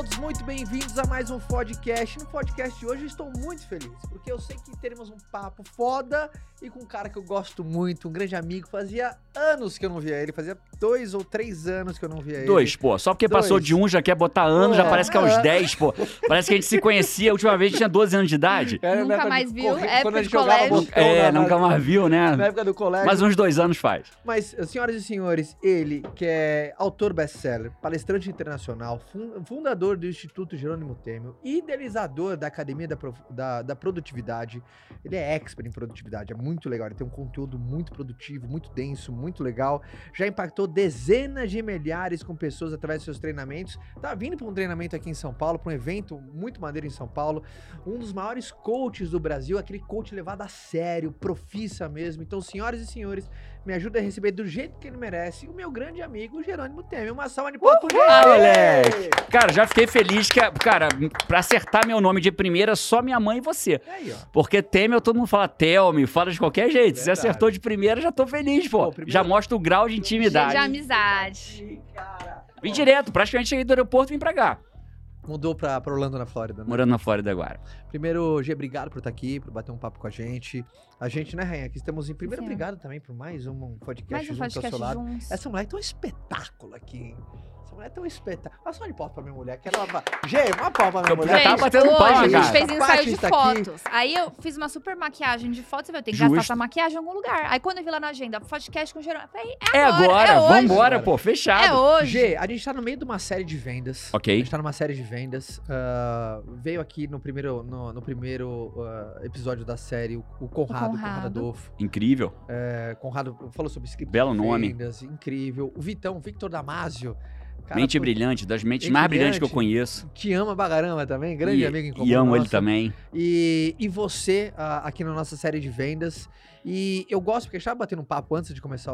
todos muito bem-vindos a mais um podcast. No podcast de hoje eu estou muito feliz, porque eu sei que teremos um papo foda e com um cara que eu gosto muito, um grande amigo. Fazia anos que eu não via ele, fazia 2 ou 3 anos que eu não via ele. 2, pô. Só porque passou de 1 já quer botar anos, já parece que é uns 10, pô. Parece que a gente se conhecia, a última vez tinha 12 anos de idade. Nunca mais viu, época de colégio. Nunca mais viu, né? Na época do colégio. Mas uns 2 anos faz. Mas, senhoras e senhores, ele que é autor best-seller, palestrante internacional, fundador do Instituto Jerônimo Temel, idealizador da Academia da Produtividade. Ele é expert em produtividade, é muito legal, ele tem um conteúdo muito produtivo, muito denso, muito legal. Já impactou dezenas de milhares com pessoas através dos seus treinamentos. Tá vindo para um treinamento aqui em São Paulo, para um evento muito maneiro em São Paulo. Um dos maiores coaches do Brasil, aquele coach levado a sério, profissa mesmo. Então, senhoras e senhores, me ajuda a receber do jeito que ele merece o meu grande amigo Jerônimo Temel. Uma salva de palmas pro Ah, moleque! Cara, já fiquei feliz que, cara, pra acertar meu nome de primeira, só minha mãe e você. Aí, ó. Porque Temel, todo mundo fala Telme, fala de qualquer jeito. Se Verdade. acertou de primeira, já tô feliz, pô. Primeiro- Já mostra o grau de intimidade. De amizade. Vim direto, praticamente cheguei do aeroporto e vim pra cá. Mudou pra Orlando, na Flórida, né? Morando na Flórida agora. Primeiro, Gê, obrigado por estar aqui, por bater um papo com a gente. A gente, né, Rainha, aqui estamos em primeiro. Sim. Obrigado também por mais um podcast Mais um junto ao seu podcast lado. juntos. Essa mulher é um espetáculo aqui, hein? Essa mulher é um espetáculo. Olha só de palma pra minha mulher, que ela vai... Gê, uma palma pra minha Eu mulher. já tava Gente, batendo hoje palma, a gente cara. fez ensaio Paty de está aqui. fotos. Aí eu fiz uma super maquiagem de fotos. Eu tenho que Justo. gastar essa maquiagem em algum lugar. Aí quando eu vi lá na agenda, podcast com o Jerônimo, eu falei, É agora, é hoje. vambora, pô, fechado. É hoje. Gê, a gente tá no meio de uma série de vendas. Ok. A gente tá numa série de vendas. Veio aqui no primeiro episódio da série o Conrado Adolfo. Incrível. Conrado falou sobre script Belo de nome. vendas, incrível. O Victor Damasio. Cara, Mente pô, brilhante, das mentes Mente mais brilhantes que eu brilhante. conheço. que ama Bagarama também, grande amigo em comum. E amo ele nosso. também. E você, aqui na nossa série de vendas. E eu gosto, porque a gente tava batendo um papo antes de começar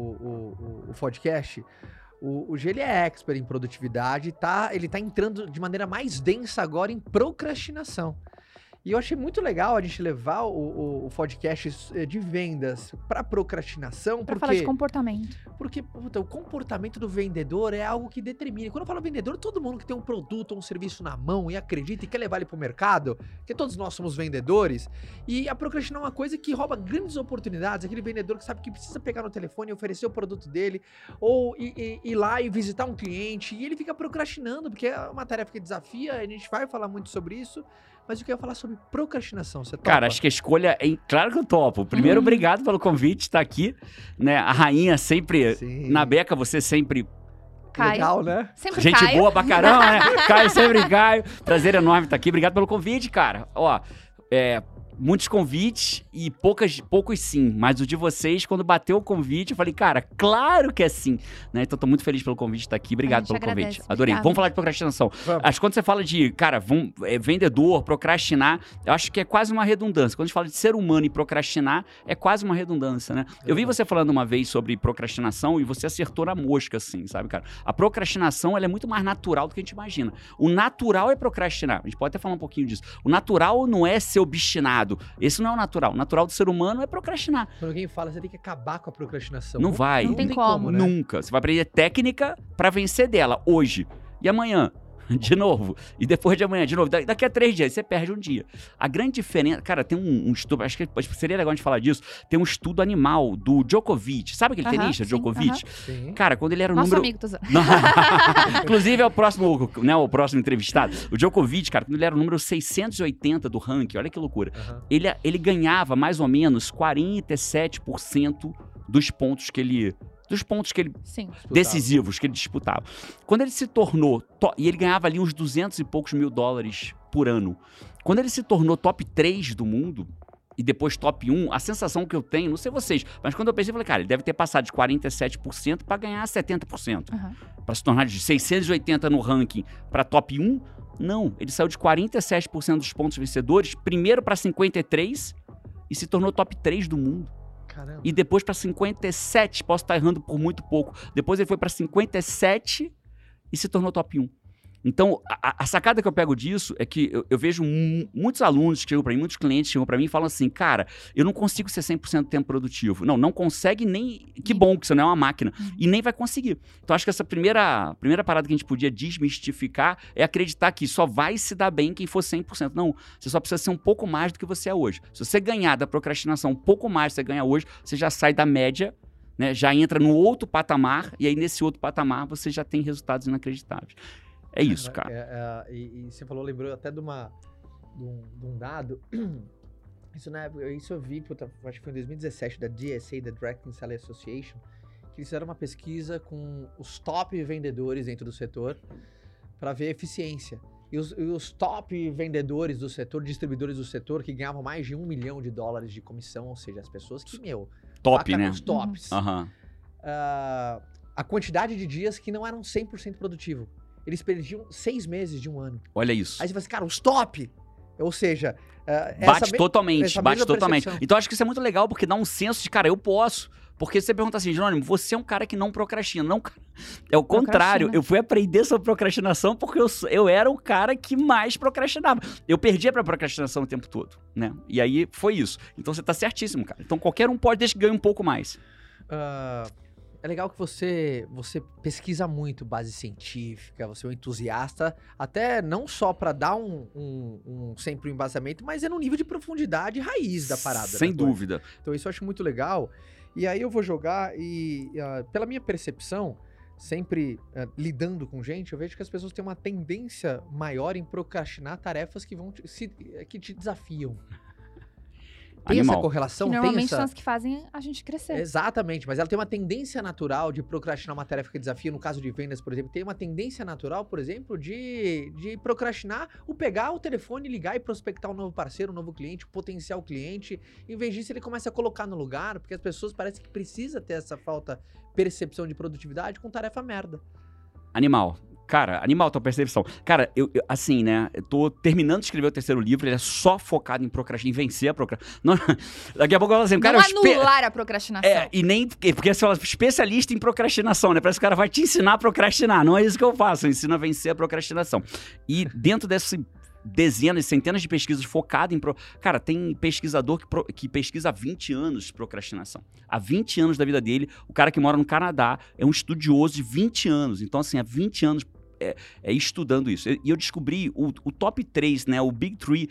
o podcast. O G, ele é expert em produtividade, ele tá entrando de maneira mais densa agora em procrastinação. E eu achei muito legal a gente levar o podcast de vendas pra procrastinação, Pra falar de porque... comportamento. Porque, puta, o comportamento do vendedor é algo que determina. Quando eu falo vendedor, todo mundo que tem um produto ou um serviço na mão e acredita e quer levar ele pro mercado, porque todos nós somos vendedores, e a procrastinar é uma coisa que rouba grandes oportunidades. Aquele vendedor que sabe que precisa pegar no telefone e oferecer o produto dele, ou ir lá e visitar um cliente, e ele fica procrastinando, porque é uma tarefa que desafia, a gente vai falar muito sobre isso. Mas eu quero falar sobre procrastinação, você topa? Cara, acho que a escolha é... Claro que eu topo. Primeiro, obrigado pelo convite, estar aqui. Né? A rainha sempre... Sim. Na beca, você sempre... Caio. Legal, né? Sempre Gente Caio. boa pra caramba, né? Caio, sempre Caio. Prazer enorme estar aqui. Obrigado pelo convite, cara. Ó, muitos convites e poucos sim. Mas o de vocês, quando bateu o convite, eu falei, cara, claro que é sim. Né? Então, tô muito feliz pelo convite de estar aqui. Obrigado A pelo gente convite. agradece. Adorei. Obrigada. Vamos falar de procrastinação. Vamos. Acho que quando você fala de, cara, vendedor, procrastinar, eu acho que é quase uma redundância. Quando a gente fala de ser humano e procrastinar, é quase uma redundância, né? Eu vi você falando uma vez sobre procrastinação e você acertou na mosca, assim, sabe, cara? A procrastinação, ela é muito mais natural do que a gente imagina. O natural é procrastinar. A gente pode até falar um pouquinho disso. O natural não é ser obstinado. Esse não é o natural. O natural do ser humano é procrastinar. Quando alguém fala, você tem que acabar com a procrastinação. Não vai. Não tem como, né? Nunca. Você vai aprender técnica pra vencer dela hoje. E amanhã, de novo. E depois de amanhã, de novo. Daqui a 3 dias, você perde um dia. A grande diferença... Cara, tem um estudo... Acho que seria legal a gente falar disso. Tem um estudo animal do Djokovic. Sabe aquele tenista, sim, Djokovic? Sim. Cara, quando ele era o Nosso número... amigo, tô zoando. Inclusive, é o próximo entrevistado. O Djokovic, cara, quando ele era o número 680 do ranking, olha que loucura. Aham. Ele ganhava mais ou menos 47% dos pontos que ele... Sim. decisivos que ele disputava. Quando ele se tornou... E ele ganhava ali uns 200 e poucos mil dólares por ano. Quando ele se tornou top 3 do mundo, e depois top 1, a sensação que eu tenho, não sei vocês, mas quando eu pensei, eu falei, cara, ele deve ter passado de 47% para ganhar 70%. Para se tornar de 680 no ranking para top 1, não. Ele saiu de 47% dos pontos vencedores, primeiro para 53% e se tornou top 3 do mundo. Caramba. E depois para 57, posso estar errando por muito pouco. Depois ele foi para 57 e se tornou top 1. Então, a sacada que eu pego disso é que eu vejo muitos alunos que chegam para mim, muitos clientes que chegam para mim e falam assim, cara, eu não consigo ser 100% do tempo produtivo. Não consegue nem... Que bom que você não é uma máquina. E nem vai conseguir. Então, acho que essa primeira parada que a gente podia desmistificar é acreditar que só vai se dar bem quem for 100%. Não, você só precisa ser um pouco mais do que você é hoje. Se você ganhar da procrastinação um pouco mais do que você ganha hoje, você já sai da média, né? Já entra no outro patamar, e aí nesse outro patamar você já tem resultados inacreditáveis. É isso, cara. E você falou, lembrou até de um dado. Isso eu vi, acho que foi em 2017, da DSA, da Direct Seller Association, que eles fizeram uma pesquisa com os top vendedores dentro do setor para ver eficiência. E os top vendedores do setor, distribuidores do setor, que ganhavam mais de $1 milhão de comissão, ou seja, as pessoas que, top, né? Os tops. A quantidade de dias que não eram 100% produtivo. Eles perdiam 6 meses de um ano. Olha isso. Aí você fala assim, cara, os top! Ou seja... bate totalmente. Então, acho que isso é muito legal, porque dá um senso de, cara, eu posso. Porque você pergunta assim, Jerônimo, você é um cara que não procrastina. Não, é o contrário. Eu fui aprender sobre procrastinação porque eu era o cara que mais procrastinava. Eu perdia pra procrastinação o tempo todo, né? E aí, foi isso. Então, você tá certíssimo, cara. Então, qualquer um pode, desde que ganhe um pouco mais. É legal que você pesquisa muito base científica, você é um entusiasta, até não só para dar sempre um embasamento, mas é no nível de profundidade raiz da parada. Sem dúvida. Então isso eu acho muito legal. E aí eu vou jogar pela minha percepção, sempre lidando com gente, eu vejo que as pessoas têm uma tendência maior em procrastinar tarefas que te desafiam. Tem essa correlação? Que normalmente são as que fazem a gente crescer. Exatamente, mas ela tem uma tendência natural de procrastinar uma tarefa que desafia. No caso de vendas, por exemplo, tem uma tendência natural, por exemplo, de procrastinar o pegar o telefone, ligar e prospectar um novo parceiro, um novo cliente, um potencial cliente. Em vez disso, ele começa a colocar no lugar, porque as pessoas parecem que precisa ter essa percepção de produtividade com tarefa merda. Animal. Cara, animal tua percepção. Cara, eu assim, né? Eu tô terminando de escrever o 3º livro, ele é só focado em procrastinar, em vencer a procrastinação. Daqui a pouco eu falo assim, cara... Não anular a procrastinação. E nem... Porque você fala, especialista em procrastinação, né? Parece que o cara vai te ensinar a procrastinar. Não é isso que eu faço, eu ensino a vencer a procrastinação. E dentro desse... dezenas, centenas de pesquisas focadas em... Cara, tem pesquisador que pesquisa há 20 anos de procrastinação. Há 20 anos da vida dele, o cara que mora no Canadá é um estudioso de 20 anos. Então, assim, há 20 anos estudando isso. E eu descobri o top 3, né? O Big 3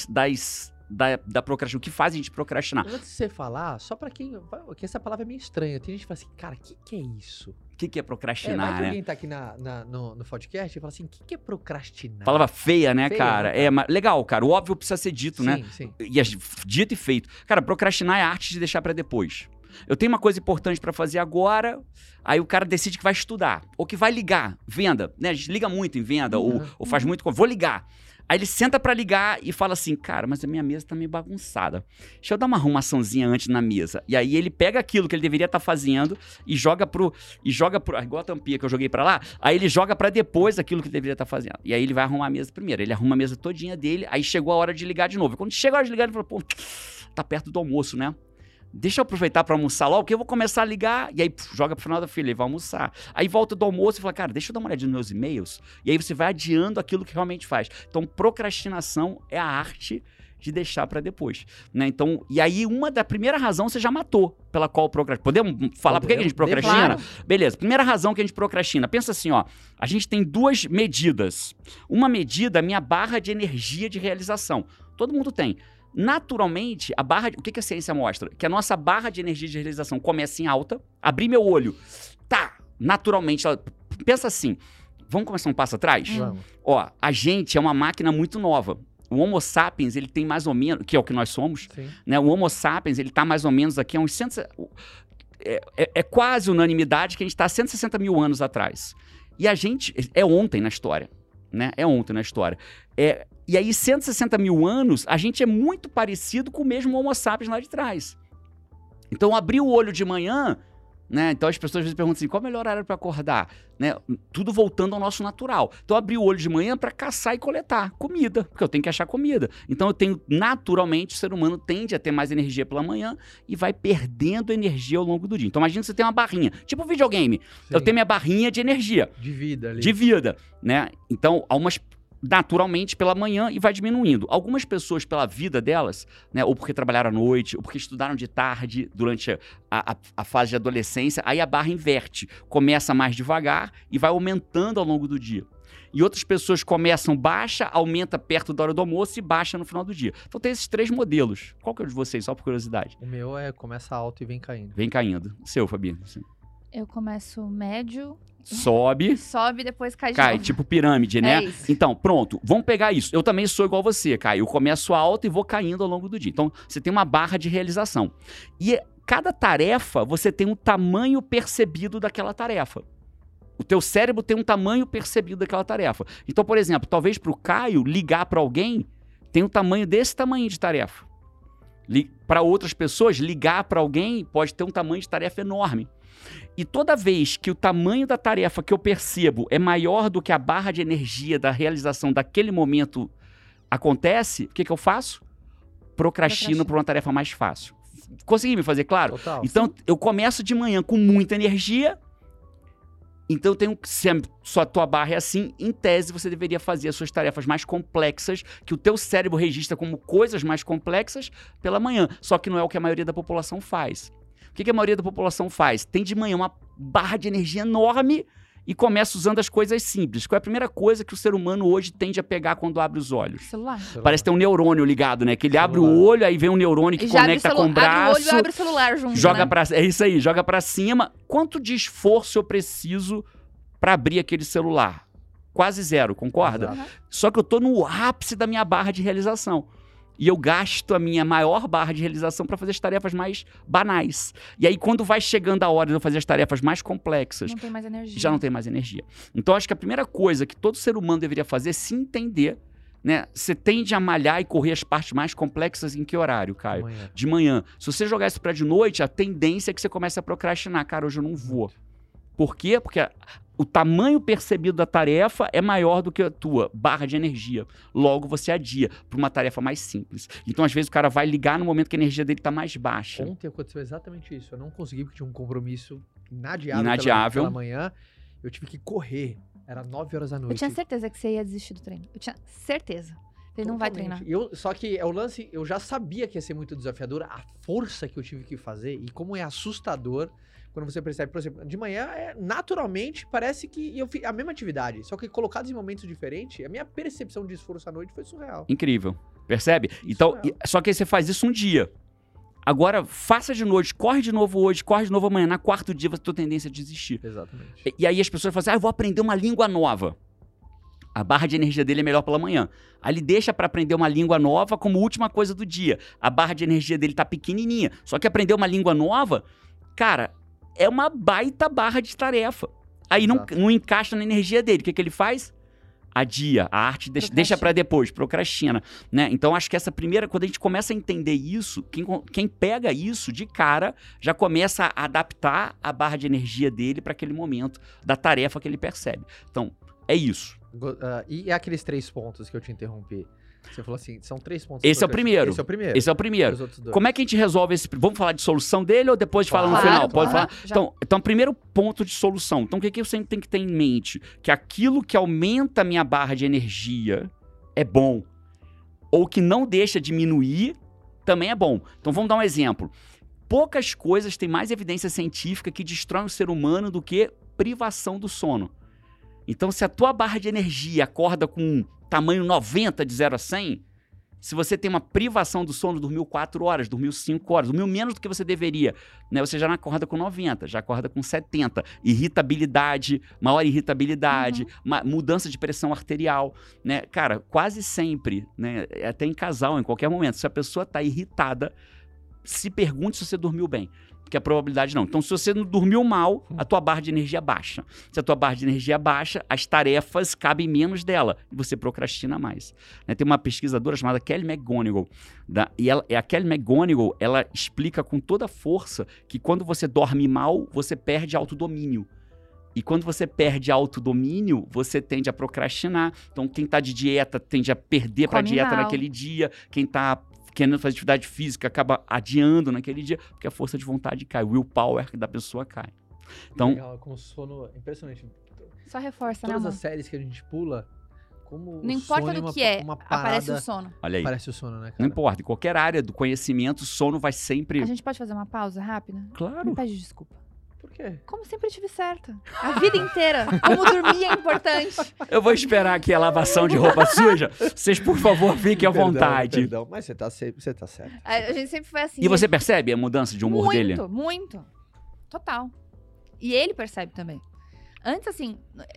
da procrastinação, o que faz a gente procrastinar. Antes de você falar, só pra quem... que essa palavra é meio estranha. Tem gente que fala assim, cara, o que é isso? O que é procrastinar, vai que né? alguém tá aqui no podcast e fala assim, o que é procrastinar? Palavra feia, né, feia, cara? Né, cara? Legal, cara. O óbvio precisa ser dito, né? Sim. Dito e feito. Cara, procrastinar é a arte de deixar pra depois. Eu tenho uma coisa importante pra fazer agora, aí o cara decide que vai estudar, ou que vai ligar, venda, né? A gente liga muito em venda, ou faz muito... Vou ligar. Aí ele senta pra ligar e fala assim, cara, mas a minha mesa tá meio bagunçada. Deixa eu dar uma arrumaçãozinha antes na mesa. E aí ele pega aquilo que ele deveria estar fazendo e joga pro... igual a tampinha que eu joguei pra lá. Aí ele joga pra depois aquilo que ele deveria estar fazendo. E aí ele vai arrumar a mesa primeiro. Ele arruma a mesa todinha dele, aí chegou a hora de ligar de novo. E quando chega a hora de ligar, ele fala, pô, tá perto do almoço, né? Deixa eu aproveitar pra almoçar logo, que eu vou começar a ligar. E aí joga pro final da fila, ele vai almoçar. Aí volta do almoço e fala, cara, deixa eu dar uma olhadinha nos meus e-mails. E aí você vai adiando aquilo que realmente faz. Então, procrastinação é a arte de deixar pra depois, né? Então, e aí da primeira razão você já matou pela qual procrastina. Podemos falar por que a gente procrastina? Claro. Beleza, primeira razão que a gente procrastina. Pensa assim, ó, a gente tem 2 medidas. Uma medida, a minha barra de energia de realização. Todo mundo tem. Naturalmente, o que a ciência mostra? Que a nossa barra de energia de realização começa em alta, abrir meu olho, naturalmente, pensa assim, vamos começar um passo atrás? Vamos. Ó, a gente é uma máquina muito nova. O Homo sapiens, ele tem mais ou menos, que é o que nós somos, né? O Homo sapiens, ele tá mais ou menos aqui há uns 100... É quase unanimidade que a gente tá há 160 mil anos atrás. E a gente, é ontem na história, né? É ontem na história. E aí, 160 mil anos, a gente é muito parecido com o mesmo Homo sapiens lá de trás. Então, abrir o olho de manhã, né? Então as pessoas às vezes perguntam assim, qual é o melhor horário para acordar? Né? Tudo voltando ao nosso natural. Então eu abri o olho de manhã para caçar e coletar comida, porque eu tenho que achar comida. Então eu tenho, naturalmente, o ser humano tende a ter mais energia pela manhã e vai perdendo energia ao longo do dia. Então imagina que você tem uma barrinha, tipo videogame. Sim. Eu tenho minha barrinha de energia, De vida ali. de vida, né? Então algumas naturalmente pela manhã e vai diminuindo. Algumas pessoas, pela vida delas, né, ou porque trabalharam à noite, ou porque estudaram de tarde durante a fase de adolescência, aí a barra inverte. Começa mais devagar e vai aumentando ao longo do dia. E outras pessoas começam baixa, aumenta perto da hora do almoço e baixa no final do dia. Então tem esses 3 modelos. Qual que é o de vocês, só por curiosidade? O meu começa alto e vem caindo. Vem caindo. Seu, Fabi. Eu começo médio, Sobe. sobe e depois cai de Cai, novo. tipo pirâmide, né? É isso. Então, pronto, vamos pegar isso. Eu também sou igual você, Caio. Eu começo alto e vou caindo ao longo do dia. Então, você tem uma barra de realização. E cada tarefa, você tem um tamanho percebido daquela tarefa. O teu cérebro tem um tamanho percebido daquela tarefa. Então, por exemplo, talvez para o Caio ligar para alguém tem um tamanho desse tamanho de tarefa. Para outras pessoas, ligar para alguém pode ter um tamanho de tarefa enorme. E toda vez que o tamanho da tarefa que eu percebo é maior do que a barra de energia da realização daquele momento acontece, o que eu faço? Procrastino para uma tarefa mais fácil. Consegui me fazer claro? Total. Então, eu começo de manhã com muita energia. Então, se a sua tua barra é assim, em tese, você deveria fazer as suas tarefas mais complexas, que o teu cérebro registra como coisas mais complexas, pela manhã. Só que não é o que a maioria da população faz. O que a maioria da população faz? Tem de manhã uma barra de energia enorme e começa usando as coisas simples. Qual é a primeira coisa que o ser humano hoje tende a pegar quando abre os olhos? Celular. Parece ter um neurônio ligado, né? Que ele abre o olho, aí vem um neurônio que Já abre conecta com o braço. Abre o olho e abre o celular junto, Joga né? é isso aí, joga pra cima. Quanto de esforço eu preciso pra abrir aquele celular? Quase zero, concorda? Exato. Só que eu tô no ápice da minha barra de realização. E eu gasto a minha maior barra de realização para fazer as tarefas mais banais. E aí, quando vai chegando a hora de eu fazer as tarefas mais complexas, Não tem mais energia. já não tem mais energia. Então, acho que a primeira coisa que todo ser humano deveria fazer é se entender, né? Você tende a malhar e correr as partes mais complexas em que horário, Caio? Amanhã. De manhã. Se você jogar isso pra de noite, a tendência é que você comece a procrastinar. Cara, hoje eu não vou. Por quê? Porque o tamanho percebido da tarefa é maior do que a tua barra de energia. Logo, você adia para uma tarefa mais simples. Então, às vezes, o cara vai ligar no momento que a energia dele está mais baixa. Ontem aconteceu exatamente isso. Eu não consegui porque tinha um compromisso inadiável, Inadiável. Pela manhã. Eu tive que correr. Era 9 horas da noite. Eu tinha certeza que você ia desistir do treino. Eu tinha certeza. Ele não vai treinar. Só que é o lance, eu já sabia que ia ser muito desafiador, a força que eu tive que fazer e como é assustador quando você percebe, por exemplo, de manhã, naturalmente, parece que eu fiz a mesma atividade, só que colocados em momentos diferentes, a minha percepção de esforço à noite foi surreal. Incrível. Percebe? Então, só que aí você faz isso um dia. Agora, faça de noite, corre de novo hoje, corre de novo amanhã. Na quarto dia, você tem tendência a desistir. Exatamente. E aí as pessoas falam assim, eu vou aprender uma língua nova. A barra de energia dele é melhor pela manhã. Aí ele deixa para aprender uma língua nova como última coisa do dia. A barra de energia dele tá pequenininha. Só que aprender uma língua nova, cara, é uma baita barra de tarefa. Aí não encaixa na energia dele. O que ele faz? Adia. A arte deixa para depois, procrastina. Né? Então, acho que essa primeira... Quando a gente começa a entender isso, quem pega isso de cara, já começa a adaptar a barra de energia dele para aquele momento da tarefa que ele percebe. Então, é isso. E aqueles 3 pontos que eu te interrompi? Você falou assim, são 3 pontos. Esse é o primeiro. Esse é o primeiro. Esse é o primeiro. Os outros 2. Como é que a gente resolve esse... Vamos falar de solução dele ou depois fala no final? Pode falar? Então, primeiro ponto de solução. Então, o que eu sempre tenho que ter em mente? Que aquilo que aumenta a minha barra de energia é bom. Ou que não deixa diminuir também é bom. Então, vamos dar um exemplo. Poucas coisas têm mais evidência científica que destroem o ser humano do que privação do sono. Então, se a tua barra de energia acorda com tamanho 90 de 0 a 100, se você tem uma privação do sono, dormiu 4 horas, dormiu 5 horas, dormiu menos do que você deveria, né? Você já não acorda com 90, já acorda com 70. Irritabilidade, maior irritabilidade, mudança de pressão arterial, né? Cara, quase sempre, né? Até em casal, em qualquer momento, se a pessoa está irritada, se pergunte se você dormiu bem. porque a probabilidade não. Então, se você não dormiu mal, a tua barra de energia baixa. Se a tua barra de energia baixa, as tarefas cabem menos dela e você procrastina mais. Né? Tem uma pesquisadora chamada Kelly McGonigal. A Kelly McGonigal, ela explica com toda a força que quando você dorme mal, você perde autodomínio. E quando você perde autodomínio, você tende a procrastinar. Então, quem está de dieta tende a perder para a dieta naquele dia. Quem está querendo fazer atividade física acaba adiando naquele dia, porque a força de vontade cai, o willpower da pessoa cai. Então, legal, com sono, impressionante. Só reforça, Todas né, as amor? séries que a gente pula, como Não o importa sono do que é, uma aparece parada, o sono. olha aí, Parece o sono, né, cara? não importa, em qualquer área do conhecimento, o sono vai sempre... A gente pode fazer uma pausa rápida? Claro. Me pede desculpa. Por quê? Como sempre tive certa. A vida inteira. Como dormir é importante. Eu vou esperar aqui a lavação de roupa suja. Vocês, por favor, fiquem à vontade. Perdão, mas você tá certo. A gente sempre foi assim. E você percebe a mudança de humor dele? Muito. Total. E ele percebe também. Antes, assim,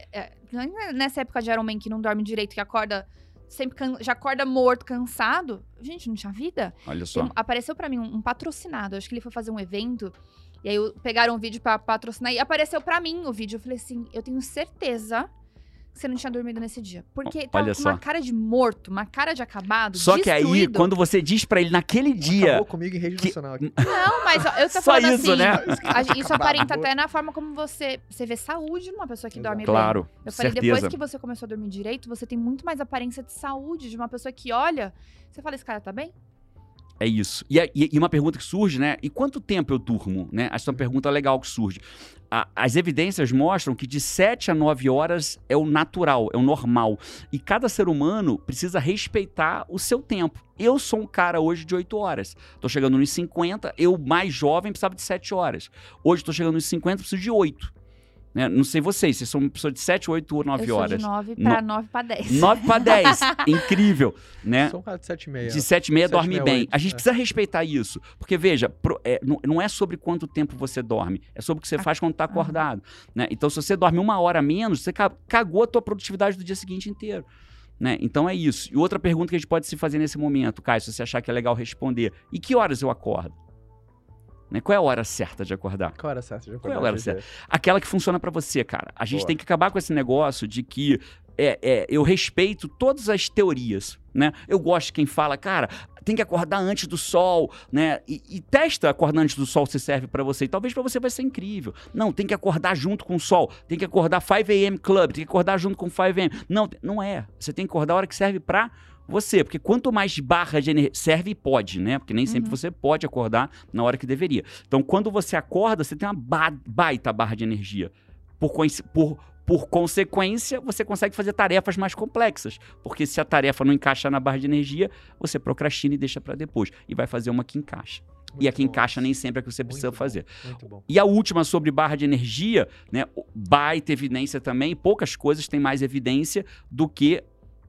nessa época de Iron Man que não dorme direito, que acorda sempre já acorda morto, cansado. Gente, não tinha vida. Olha só. Apareceu pra mim um patrocinado. Acho que ele foi fazer um evento. E aí pegaram um vídeo pra patrocinar e apareceu pra mim o vídeo. Eu falei assim, eu tenho certeza que você não tinha dormido nesse dia. Porque tava Olha com uma só. cara de morto, uma cara de acabado, Só que aí, destruído. quando você diz pra ele naquele dia... Acabou comigo em rede nacional aqui. Não, mas eu tô Só falando isso, assim, né? Isso aparenta até na forma como você vê saúde numa pessoa que dorme bem. Claro, Eu falei, certeza. depois que você começou a dormir direito, você tem muito mais aparência de saúde de uma pessoa que olha, você fala, esse cara tá bem? É isso. E uma pergunta que surge, né? E quanto tempo eu durmo? Né? Essa é uma pergunta legal que surge. As evidências mostram que de 7 a 9 horas é o natural, é o normal. E cada ser humano precisa respeitar o seu tempo. Eu sou um cara hoje de 8 horas. Tô chegando nos 50, eu mais jovem precisava de 7 horas. Hoje tô chegando nos 50, preciso de 8. Né? Não sei vocês são uma pessoa de 7, 8 ou 9 horas. Eu sou de 9 pra 9 pra 10. 9 para 10. Incrível, né? Sou um cara de 7,5. De 7,5 dorme 7,6, bem. 8, A gente precisa respeitar isso. Porque, veja, não é sobre quanto tempo você dorme, é sobre o que você faz quando está acordado. Né? Então, se você dorme 1 hora a menos, você cagou a tua produtividade do dia seguinte inteiro. Né? Então é isso. E outra pergunta que a gente pode se fazer nesse momento, Caio, se você achar que é legal responder. E que horas eu acordo? Né? Qual é a hora certa de acordar? Qual era certo? Já Qual é a hora certa? Aquela que funciona pra você, cara. A gente Boa. tem que acabar com esse negócio de que eu respeito todas as teorias, né? Eu gosto de quem fala, cara, tem que acordar antes do sol, né? E testa acordar antes do sol se serve pra você. E talvez pra você vai ser incrível. Não, tem que acordar junto com o sol. Tem que acordar 5 a.m. Club. Tem que acordar junto com 5 a.m. Não é. Você tem que acordar a hora que serve pra você, porque quanto mais barra de energia serve e pode, né? Porque nem sempre você pode acordar na hora que deveria. Então, quando você acorda, você tem uma baita barra de energia. Por consequência, você consegue fazer tarefas mais complexas, porque se a tarefa não encaixa na barra de energia, você procrastina e deixa para depois, e vai fazer uma que encaixa. E a que encaixa nem sempre é a que você precisa fazer. Muito bom. E a última sobre barra de energia, né? Baita evidência também, poucas coisas têm mais evidência do que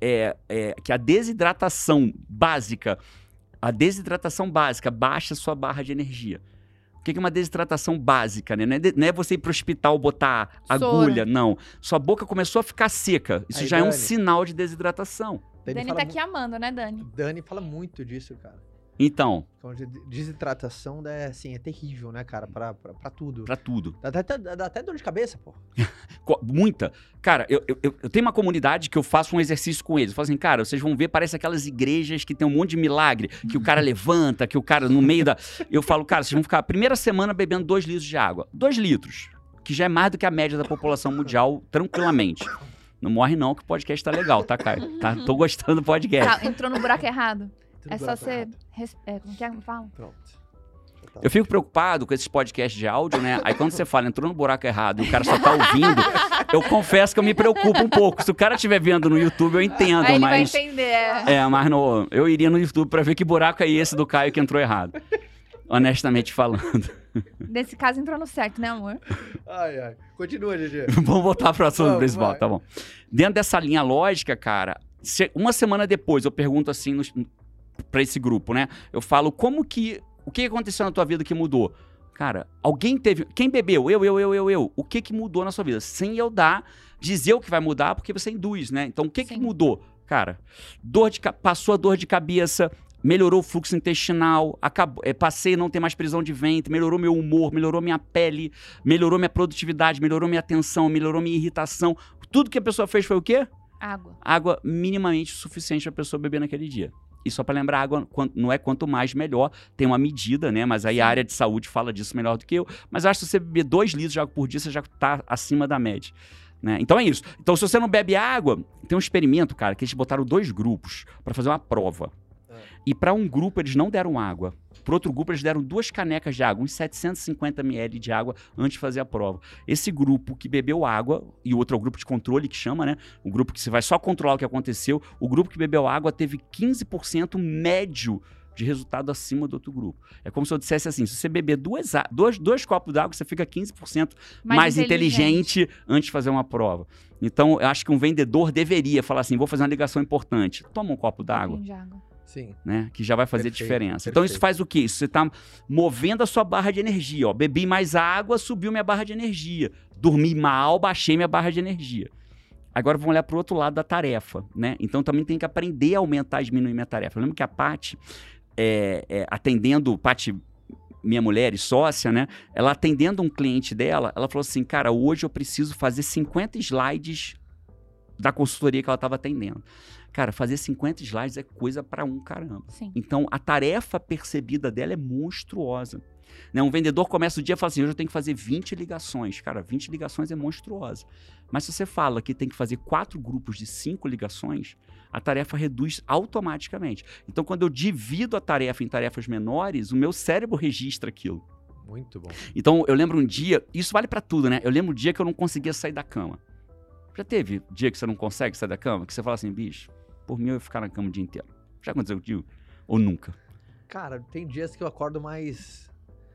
a desidratação básica. A desidratação básica baixa a sua barra de energia. O que é uma desidratação básica, né? Não é você ir pro hospital botar agulha, não. Sua boca começou a ficar seca. Isso Aí, já é um Dani. sinal de desidratação. Dani fala tá aqui amando, né, Dani? Dani fala muito disso, cara. Então, Então, desidratação é terrível, né, cara? Pra tudo. pra tudo. Dá até dor de cabeça, pô. Muita. Cara, eu tenho uma comunidade que eu faço um exercício com eles. Eu falo assim, cara, vocês vão ver, parece aquelas igrejas que tem um monte de milagre, que o cara levanta, que o cara no meio da... Eu falo, cara, vocês vão ficar a primeira semana bebendo 2 litros de água. 2 litros, que já é mais do que a média da população mundial, tranquilamente. Não morre não, que o podcast tá legal, tá, Caio? Tá, tô gostando do podcast. Tá, entrou no buraco errado. Tudo É só buraco você... errado. Como que é que fala? Pronto. Já tá. Eu fico preocupado com esses podcasts de áudio, né? Aí quando você fala, entrou no buraco errado e o cara só tá ouvindo, eu confesso que eu me preocupo um pouco. Se o cara estiver vendo no YouTube, eu entendo, Aí ele mas... vai entender. Mas eu iria no YouTube pra ver que buraco é esse do Caio que entrou errado. Honestamente falando. Nesse caso entrou no certo, né, amor? Ai. Continua, GG. Vamos voltar pro assunto Vamos, principal, vai. tá bom. Dentro dessa linha lógica, cara, uma semana depois eu pergunto assim pra esse grupo, né? Eu falo, o que aconteceu na tua vida que mudou? Cara, alguém teve... Quem bebeu? Eu. O que mudou na sua vida? Sem eu dizer o que vai mudar, porque você induz, né? Então, o que Sim. mudou? Cara, passou a dor de cabeça, melhorou o fluxo intestinal, passei a não ter mais prisão de ventre, melhorou meu humor, melhorou minha pele, melhorou minha produtividade, melhorou minha atenção, melhorou minha irritação. Tudo que a pessoa fez foi o quê? Água. Água minimamente suficiente para a pessoa beber naquele dia. E só para lembrar, água não é quanto mais melhor, tem uma medida, né? Mas aí a área de saúde fala disso melhor do que eu. Mas eu acho que se você beber 2 litros de água por dia, você já está acima da média. Né? Então é isso. Então se você não bebe água, tem um experimento, cara, que eles botaram 2 grupos para fazer uma prova. E para um grupo eles não deram água. Para outro grupo eles deram 2 canecas de água, uns 750 ml de água antes de fazer a prova. Esse grupo que bebeu água, e o outro é o grupo de controle que chama, né? O grupo que você vai só controlar o que aconteceu. O grupo que bebeu água teve 15% médio de resultado acima do outro grupo. É como se eu dissesse assim, se você beber 2 copos d'água, você fica 15% mais inteligente antes de fazer uma prova. Então, eu acho que um vendedor deveria falar assim, vou fazer uma ligação importante. Toma um copo d'água. Sim. Né? Que já vai fazer diferença. Então isso faz o quê? Isso você está movendo a sua barra de energia. Ó. Bebi mais água, subiu minha barra de energia. Dormi mal, baixei minha barra de energia. Agora vamos olhar para o outro lado da tarefa. Né? Então também tem que aprender a aumentar e diminuir minha tarefa. Eu lembro que a Paty, atendendo, Paty, minha mulher e sócia, né? Ela atendendo um cliente dela, ela falou assim, cara, hoje eu preciso fazer 50 slides da consultoria que ela estava atendendo. Cara, fazer 50 slides é coisa pra caramba. Sim. Então, a tarefa percebida dela é monstruosa. Né? Um vendedor começa o dia e fala assim, hoje eu tenho que fazer 20 ligações. Cara, 20 ligações é monstruosa. Mas se você fala que tem que fazer 4 grupos de 5 ligações, a tarefa reduz automaticamente. Então, quando eu divido a tarefa em tarefas menores, o meu cérebro registra aquilo. Muito bom. Então, eu lembro um dia, isso vale pra tudo, né? Eu lembro um dia que eu não conseguia sair da cama. Já teve dia que você não consegue sair da cama? Que você fala assim, bicho, por mim eu ia ficar na cama o dia inteiro. Já aconteceu contigo? Ou nunca? Cara, tem dias que eu acordo mais...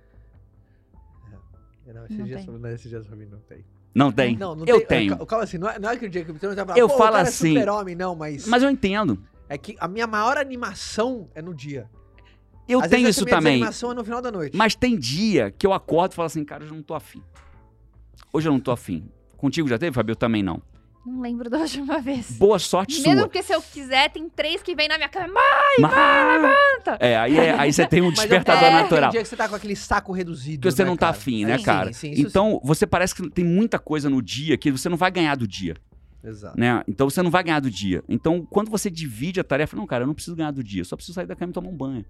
Não, esses dias pra mim não tem. Não tem? Não eu tem. tenho. Calma assim, não é aquele dia que você não vai falar, eu falo o cara assim, é super-homem, não, mas... Mas eu entendo. É que a minha maior animação é no dia. Eu Às tenho vezes isso a minha também. animação é no final da noite. Mas tem dia que eu acordo e falo assim, cara, hoje eu não tô afim. Hoje eu não tô afim. Contigo já teve, Fabio? Também não. Não lembro da última vez. Boa sorte sua. Mesmo porque se eu quiser, tem 3 que vem na minha cama. Mãe, levanta! Aí você tem um despertador natural. Tem dia que você tá com aquele saco reduzido, Que você né, não tá cara? afim, né, Sim, cara? sim, então, você parece que tem muita coisa no dia que você não vai ganhar do dia. Exato. Né? Então, você não vai ganhar do dia. Então, quando você divide a tarefa, não, cara, eu não preciso ganhar do dia, só preciso sair da cama e tomar um banho.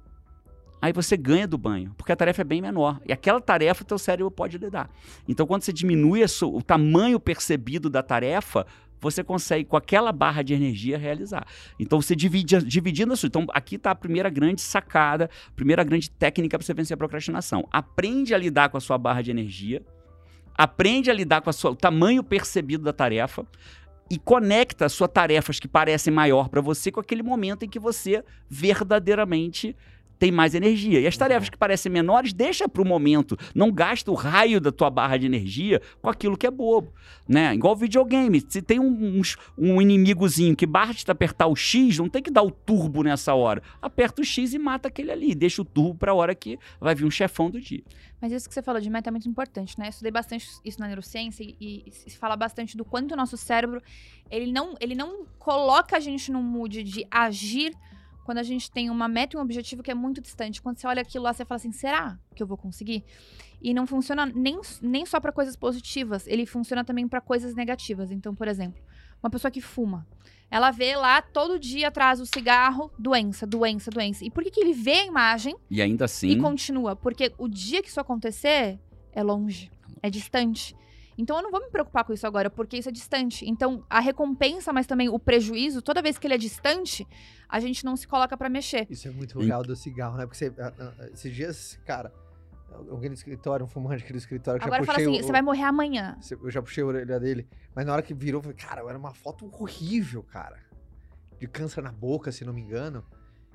Aí você ganha do banho, porque a tarefa é bem menor. E aquela tarefa o teu cérebro pode lidar. Então, quando você diminui o tamanho percebido da tarefa, você consegue, com aquela barra de energia, realizar. Então, você dividindo a sua... Então, aqui está a primeira grande sacada, a primeira grande técnica para você vencer a procrastinação. Aprende a lidar com a sua barra de energia, aprende a lidar com o tamanho percebido da tarefa e conecta as suas tarefas que parecem maior para você com aquele momento em que você verdadeiramente tem mais energia. E as tarefas que parecem menores, deixa para o momento. Não gasta o raio da tua barra de energia com aquilo que é bobo. Né? Igual videogame. Se tem um inimigozinho que basta apertar o X, não tem que dar o turbo nessa hora. Aperta o X e mata aquele ali. Deixa o turbo para a hora que vai vir um chefão do dia. Mas isso que você falou de meta é muito importante, né? Eu estudei bastante isso na neurociência e se fala bastante do quanto o nosso cérebro, ele não coloca a gente num mood de agir quando a gente tem uma meta e um objetivo que é muito distante. Quando você olha aquilo lá, você fala assim, será que eu vou conseguir? E não funciona nem só para coisas positivas, ele funciona também para coisas negativas. Então, por exemplo, uma pessoa que fuma, ela vê lá todo dia atrás o cigarro, doença, doença, doença. E por que ele vê a imagem e ainda assim e continua? Porque o dia que isso acontecer é longe, é distante. Então eu não vou me preocupar com isso agora, porque isso é distante. Então a recompensa, mas também o prejuízo, toda vez que ele é distante, a gente não se coloca pra mexer. Isso é muito legal do cigarro, né? Porque esses dias, cara, alguém do escritório, um fumante aqui do escritório, que agora já fala puxei assim, você vai morrer amanhã. Eu já puxei a orelha dele, mas na hora que virou, eu falei, cara, era uma foto horrível, cara. De câncer na boca, se não me engano.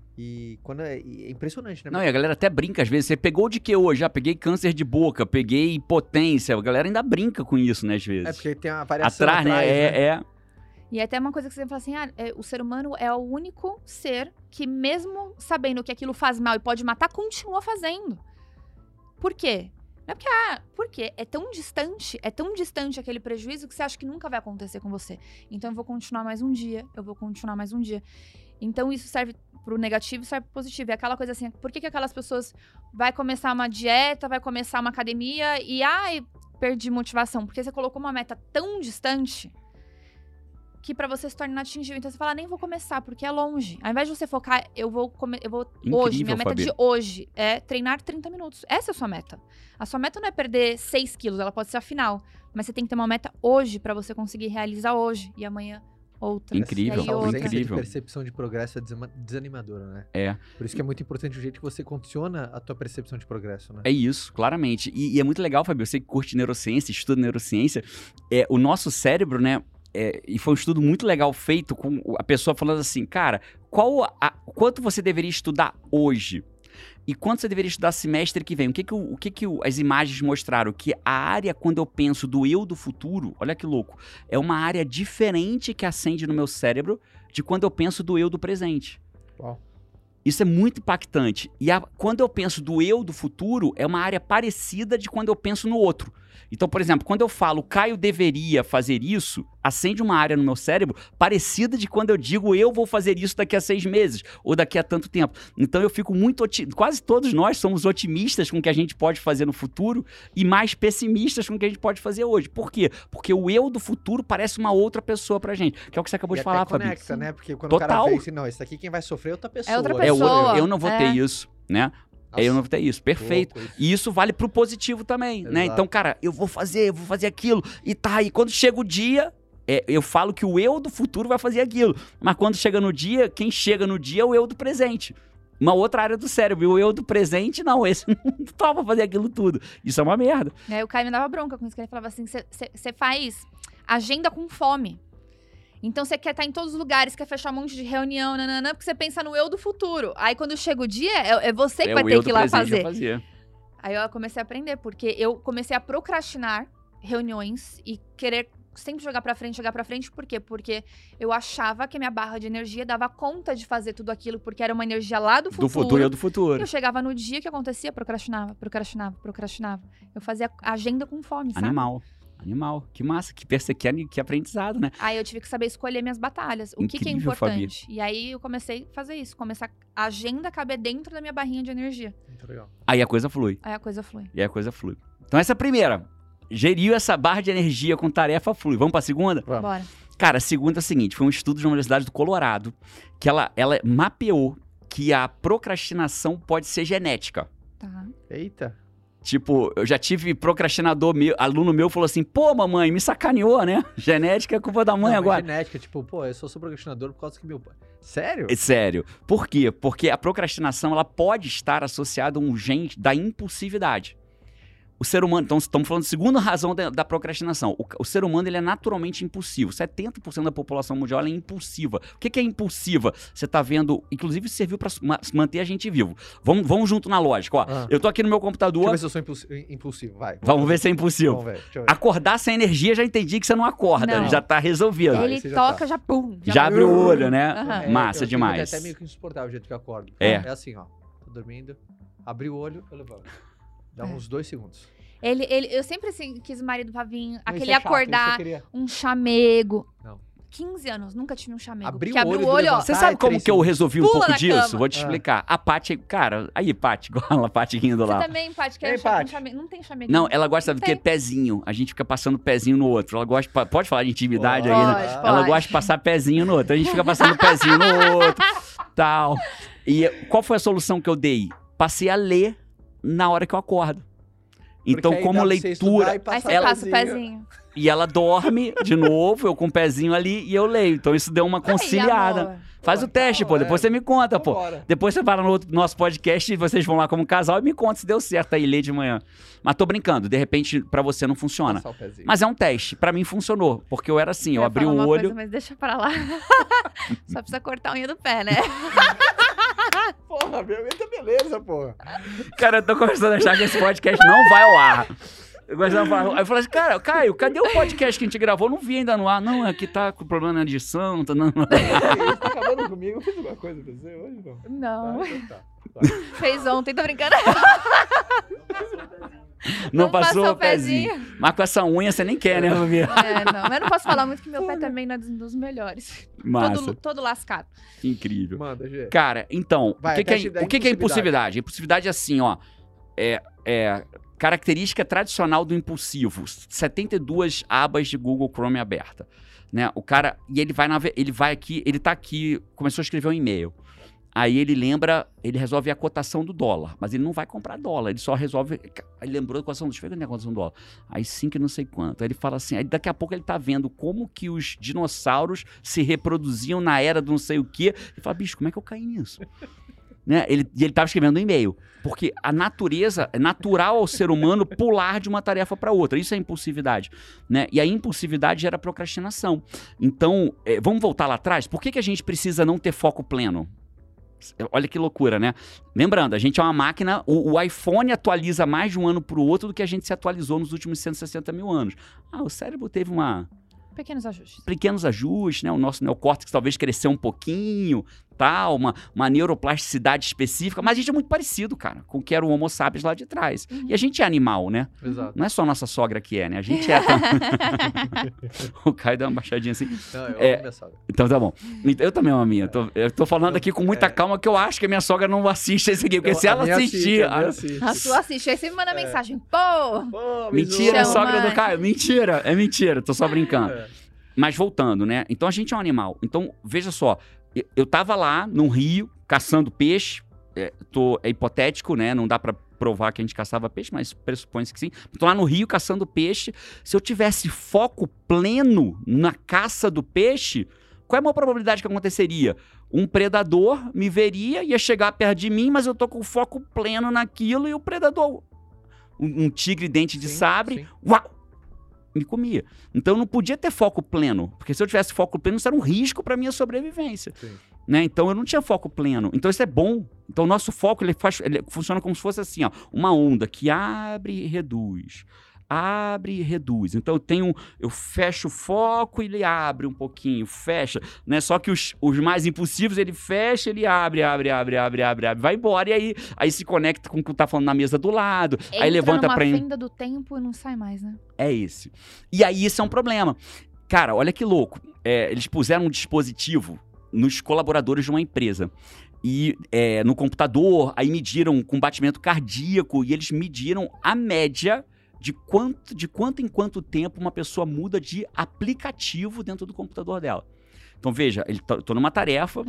E quando é impressionante, né? Não, e a galera até brinca às vezes. Você pegou de que hoje? Já peguei câncer de boca, peguei impotência. A galera ainda brinca com isso, né, às vezes. É porque tem uma variação atrás, né? E até uma coisa que você fala assim, o ser humano é o único ser que mesmo sabendo que aquilo faz mal e pode matar, continua fazendo. Por quê? Não é porque é tão distante aquele prejuízo que você acha que nunca vai acontecer com você. Então eu vou continuar mais um dia, Então, isso serve pro negativo e serve pro positivo. É aquela coisa assim, por que aquelas pessoas vai começar uma dieta, vai começar uma academia e, ai, perdi motivação? Porque você colocou uma meta tão distante que pra você se torna inatingível. Então, você fala, nem vou começar, porque é longe. Ao invés de você focar, eu vou hoje, minha meta de hoje é treinar 30 minutos. Essa é a sua meta. A sua meta não é perder 6 quilos, ela pode ser a final. Mas você tem que ter uma meta hoje pra você conseguir realizar hoje. E amanhã, outra. Incrível, E aí, outra. incrível. A percepção de progresso é desanimadora, né? É. Por isso que é muito importante o jeito que você condiciona a tua percepção de progresso, né? É isso, claramente. E é muito legal, Fabio, você que curte neurociência, estuda neurociência, o nosso cérebro, né, e foi um estudo muito legal feito com a pessoa falando assim, cara, quanto você deveria estudar hoje? E quanto você deveria estudar semestre que vem? O que as imagens mostraram? Que a área, quando eu penso do eu do futuro, olha que louco, é uma área diferente que acende no meu cérebro de quando eu penso do eu do presente. Uau. Isso é muito impactante. E quando eu penso do eu do futuro, é uma área parecida de quando eu penso no outro. Então, por exemplo, quando eu falo Caio deveria fazer isso, acende uma área no meu cérebro parecida de quando eu digo eu vou fazer isso daqui a 6 meses ou daqui a tanto tempo. Então eu fico muito quase todos nós somos otimistas com o que a gente pode fazer no futuro e mais pessimistas com o que a gente pode fazer hoje. Por quê? Porque o eu do futuro parece uma outra pessoa pra gente, que é o que você acabou de falar, Fabio. Conecta, né? Porque quando o cara vê assim, não, isso aqui quem vai sofrer é outra pessoa. É outra pessoa. Eu não vou ter isso, né? Nossa, eu não vou ter isso, perfeito. Isso. E isso vale pro positivo também, né? Então, cara, eu vou fazer aquilo. E tá, e quando chega o dia, eu falo que o eu do futuro vai fazer aquilo. Mas quando chega no dia, quem chega no dia é o eu do presente. Uma outra área do cérebro. E o eu do presente, não, esse não topa fazer aquilo tudo. Isso é uma merda. E aí o Caio me dava bronca com isso, que ele falava assim, você faz agenda com fome. Então você quer estar em todos os lugares, quer fechar um monte de reunião, nananã, porque você pensa no eu do futuro. Aí quando chega o dia, é você que vai ter que ir lá fazer. Aí eu comecei a aprender, porque eu comecei a procrastinar reuniões e querer sempre jogar pra frente. Por quê? Porque eu achava que a minha barra de energia dava conta de fazer tudo aquilo, porque era uma energia lá do futuro. Do futuro e do futuro. Eu chegava no dia, o que acontecia? Procrastinava. Eu fazia agenda com fome, sabe? Animal, que massa, que aprendizado, né? Aí eu tive que saber escolher minhas batalhas, o que é importante. Fabi. E aí eu comecei a fazer isso, começar a agenda caber dentro da minha barrinha de energia. Muito legal. Aí a coisa flui. Então essa é a primeira, geriu essa barra de energia com tarefa flui. Vamos pra segunda? Vamos. Bora. Cara, a segunda é o seguinte, foi um estudo de uma universidade do Colorado, que ela mapeou que a procrastinação pode ser genética. Tá. Eita. Tipo, eu já tive procrastinador, aluno meu falou assim, pô, mamãe, me sacaneou, né? Genética é culpa da mãe agora. Genética, tipo, pô, eu sou procrastinador por causa que meu pai... Sério? É sério. Por quê? Porque a procrastinação, ela pode estar associada a um gene da impulsividade. O ser humano, então estamos falando da segunda razão da procrastinação. O ser humano, ele é naturalmente impulsivo. 70% da população mundial é impulsiva. O que é impulsiva? Você está vendo, inclusive serviu para manter a gente vivo. Vamos junto na lógica, ó. Eu tô aqui no meu computador. Deixa eu ver se eu sou impulsivo, vai. Vamos ver se é impulsivo. Vamos ver, deixa eu ver. Acordar sem energia, já entendi que você não acorda. Não. Já tá resolvido. Ele toca, já pum. Já abre o olho, né? Massa eu demais. É até meio que insuportável o jeito que eu acordo. É assim, ó. Tô dormindo, abri o olho, eu levanto. Dá uns 2 segundos. Eu sempre assim, quis o marido pra vir, aquele chato, acordar, um chamego. Não. 15 anos, nunca tive um chamego. Abri porque o olho, ó. Você sabe como que eu resolvi um Pula pouco na disso? cama. Vou te explicar. A Paty, cara, aí, Paty, igual a Paty rindo lá. Você também, Paty, quer um chamego? Não tem chamego. Não, ela gosta do que? Pezinho. A gente fica passando pezinho no outro. Ela gosta, pode falar de intimidade aí, né? Pode. Ela gosta de passar pezinho no outro. A gente fica passando pezinho no outro, tal. E qual foi a solução que eu dei? Passei a ler na hora que eu acordo. Então, como leitura... Aí você passa o pezinho. E ela dorme de novo, eu com o pezinho ali e eu leio. Então, isso deu uma conciliada. Ai, Faz o teste, pô. Depois você me conta, pô. Depois você vai lá no nosso podcast e vocês vão lá como casal e me conta se deu certo aí, ler de manhã. Mas tô brincando. De repente, pra você não funciona. Mas é um teste. Pra mim, funcionou. Porque eu era assim, eu abri o olho... Coisa, mas deixa pra lá. Só precisa cortar a unha do pé, né? Porra, minha unha tá beleza, porra. Cara, eu tô começando a achar que esse podcast não vai ao ar. Eu falei assim, cara, Caio, cadê o podcast que a gente gravou? Não vi ainda no ar. Não, aqui tá com problema na edição. Tá... Não. Você tá acabando comigo? Eu fiz alguma coisa pra você hoje, não? Não. Então tá. Fez ontem, tô brincando. Não passou o pezinho. Mas com essa unha você nem quer, né, Fabi? Não. Mas eu não posso falar muito que meu pé também não é dos melhores. Massa. Todo lascado. Incrível. Manda, Gê. Cara, então, Vai, o que é impulsividade? A impulsividade é assim, ó. Característica tradicional do impulsivo. 72 abas de Google Chrome aberta. Né? O cara, e ele vai aqui, ele tá aqui, começou a escrever um e-mail. Aí ele resolve a cotação do dólar, mas ele não vai comprar dólar, ele só resolve, ele lembrou da cotação, deixa eu ver qual é a cotação do dólar. Aí 5 não sei quanto. Aí ele fala assim, aí daqui a pouco ele tá vendo como que os dinossauros se reproduziam na era do não sei o quê. Ele fala, bicho, como é que eu caí nisso? Né? Ele tava escrevendo um e-mail, porque a natureza, é natural ao ser humano pular de uma tarefa para outra, isso é impulsividade, né? E a impulsividade gera procrastinação. Então, vamos voltar lá atrás, por que a gente precisa não ter foco pleno? Olha que loucura, né? Lembrando, a gente é uma máquina, o iPhone atualiza mais de um ano para o outro do que a gente se atualizou nos últimos 160 mil anos. O cérebro teve pequenos ajustes, né? O nosso neocórtex talvez cresceu um pouquinho, tal, uma neuroplasticidade específica, mas a gente é muito parecido, cara, com o que era o Homo sapiens lá de trás. E a gente é animal, né? Exato. Não é só a nossa sogra que é, né? A gente é... O Caio deu uma baixadinha assim. Não, eu amo minha sogra. Então tá bom. Eu também amo a minha. Eu tô falando aqui com muita calma, que eu acho que a minha sogra não assiste esse aqui, porque se ela assistir... A sua assiste, aí você me manda mensagem, pô! Mentira, é sogra mãe. do Caio. Mentira, é mentira, tô só brincando. Mas voltando, né? Então a gente é um animal. Então, veja só, eu tava lá num rio, caçando peixe, é hipotético, né? Não dá pra provar que a gente caçava peixe, mas pressupõe-se que sim. Tô lá no rio caçando peixe. Se eu tivesse foco pleno na caça do peixe, qual é a maior probabilidade que aconteceria? Um predador me veria, ia chegar perto de mim, mas eu tô com foco pleno naquilo e o predador, um tigre dente de sabre, uau! Me comia. Então eu não podia ter foco pleno, porque se eu tivesse foco pleno, isso era um risco para minha sobrevivência. Né? Então eu não tinha foco pleno. Então isso é bom. Então o nosso foco ele funciona como se fosse assim, ó, uma onda que abre e reduz. Abre e reduz. Então eu fecho o foco e ele abre um pouquinho, fecha, né? Só que os mais impulsivos, ele fecha, ele abre, vai embora e aí se conecta com o que tá falando na mesa do lado, aí levanta pra... Entra numa fenda do tempo e não sai mais, né? É esse. E aí isso é um problema. Cara, olha que louco. Eles puseram um dispositivo nos colaboradores de uma empresa. E no computador, aí mediram com batimento cardíaco e eles mediram a média de quanto em quanto tempo uma pessoa muda de aplicativo dentro do computador dela. Então, veja, tô numa tarefa,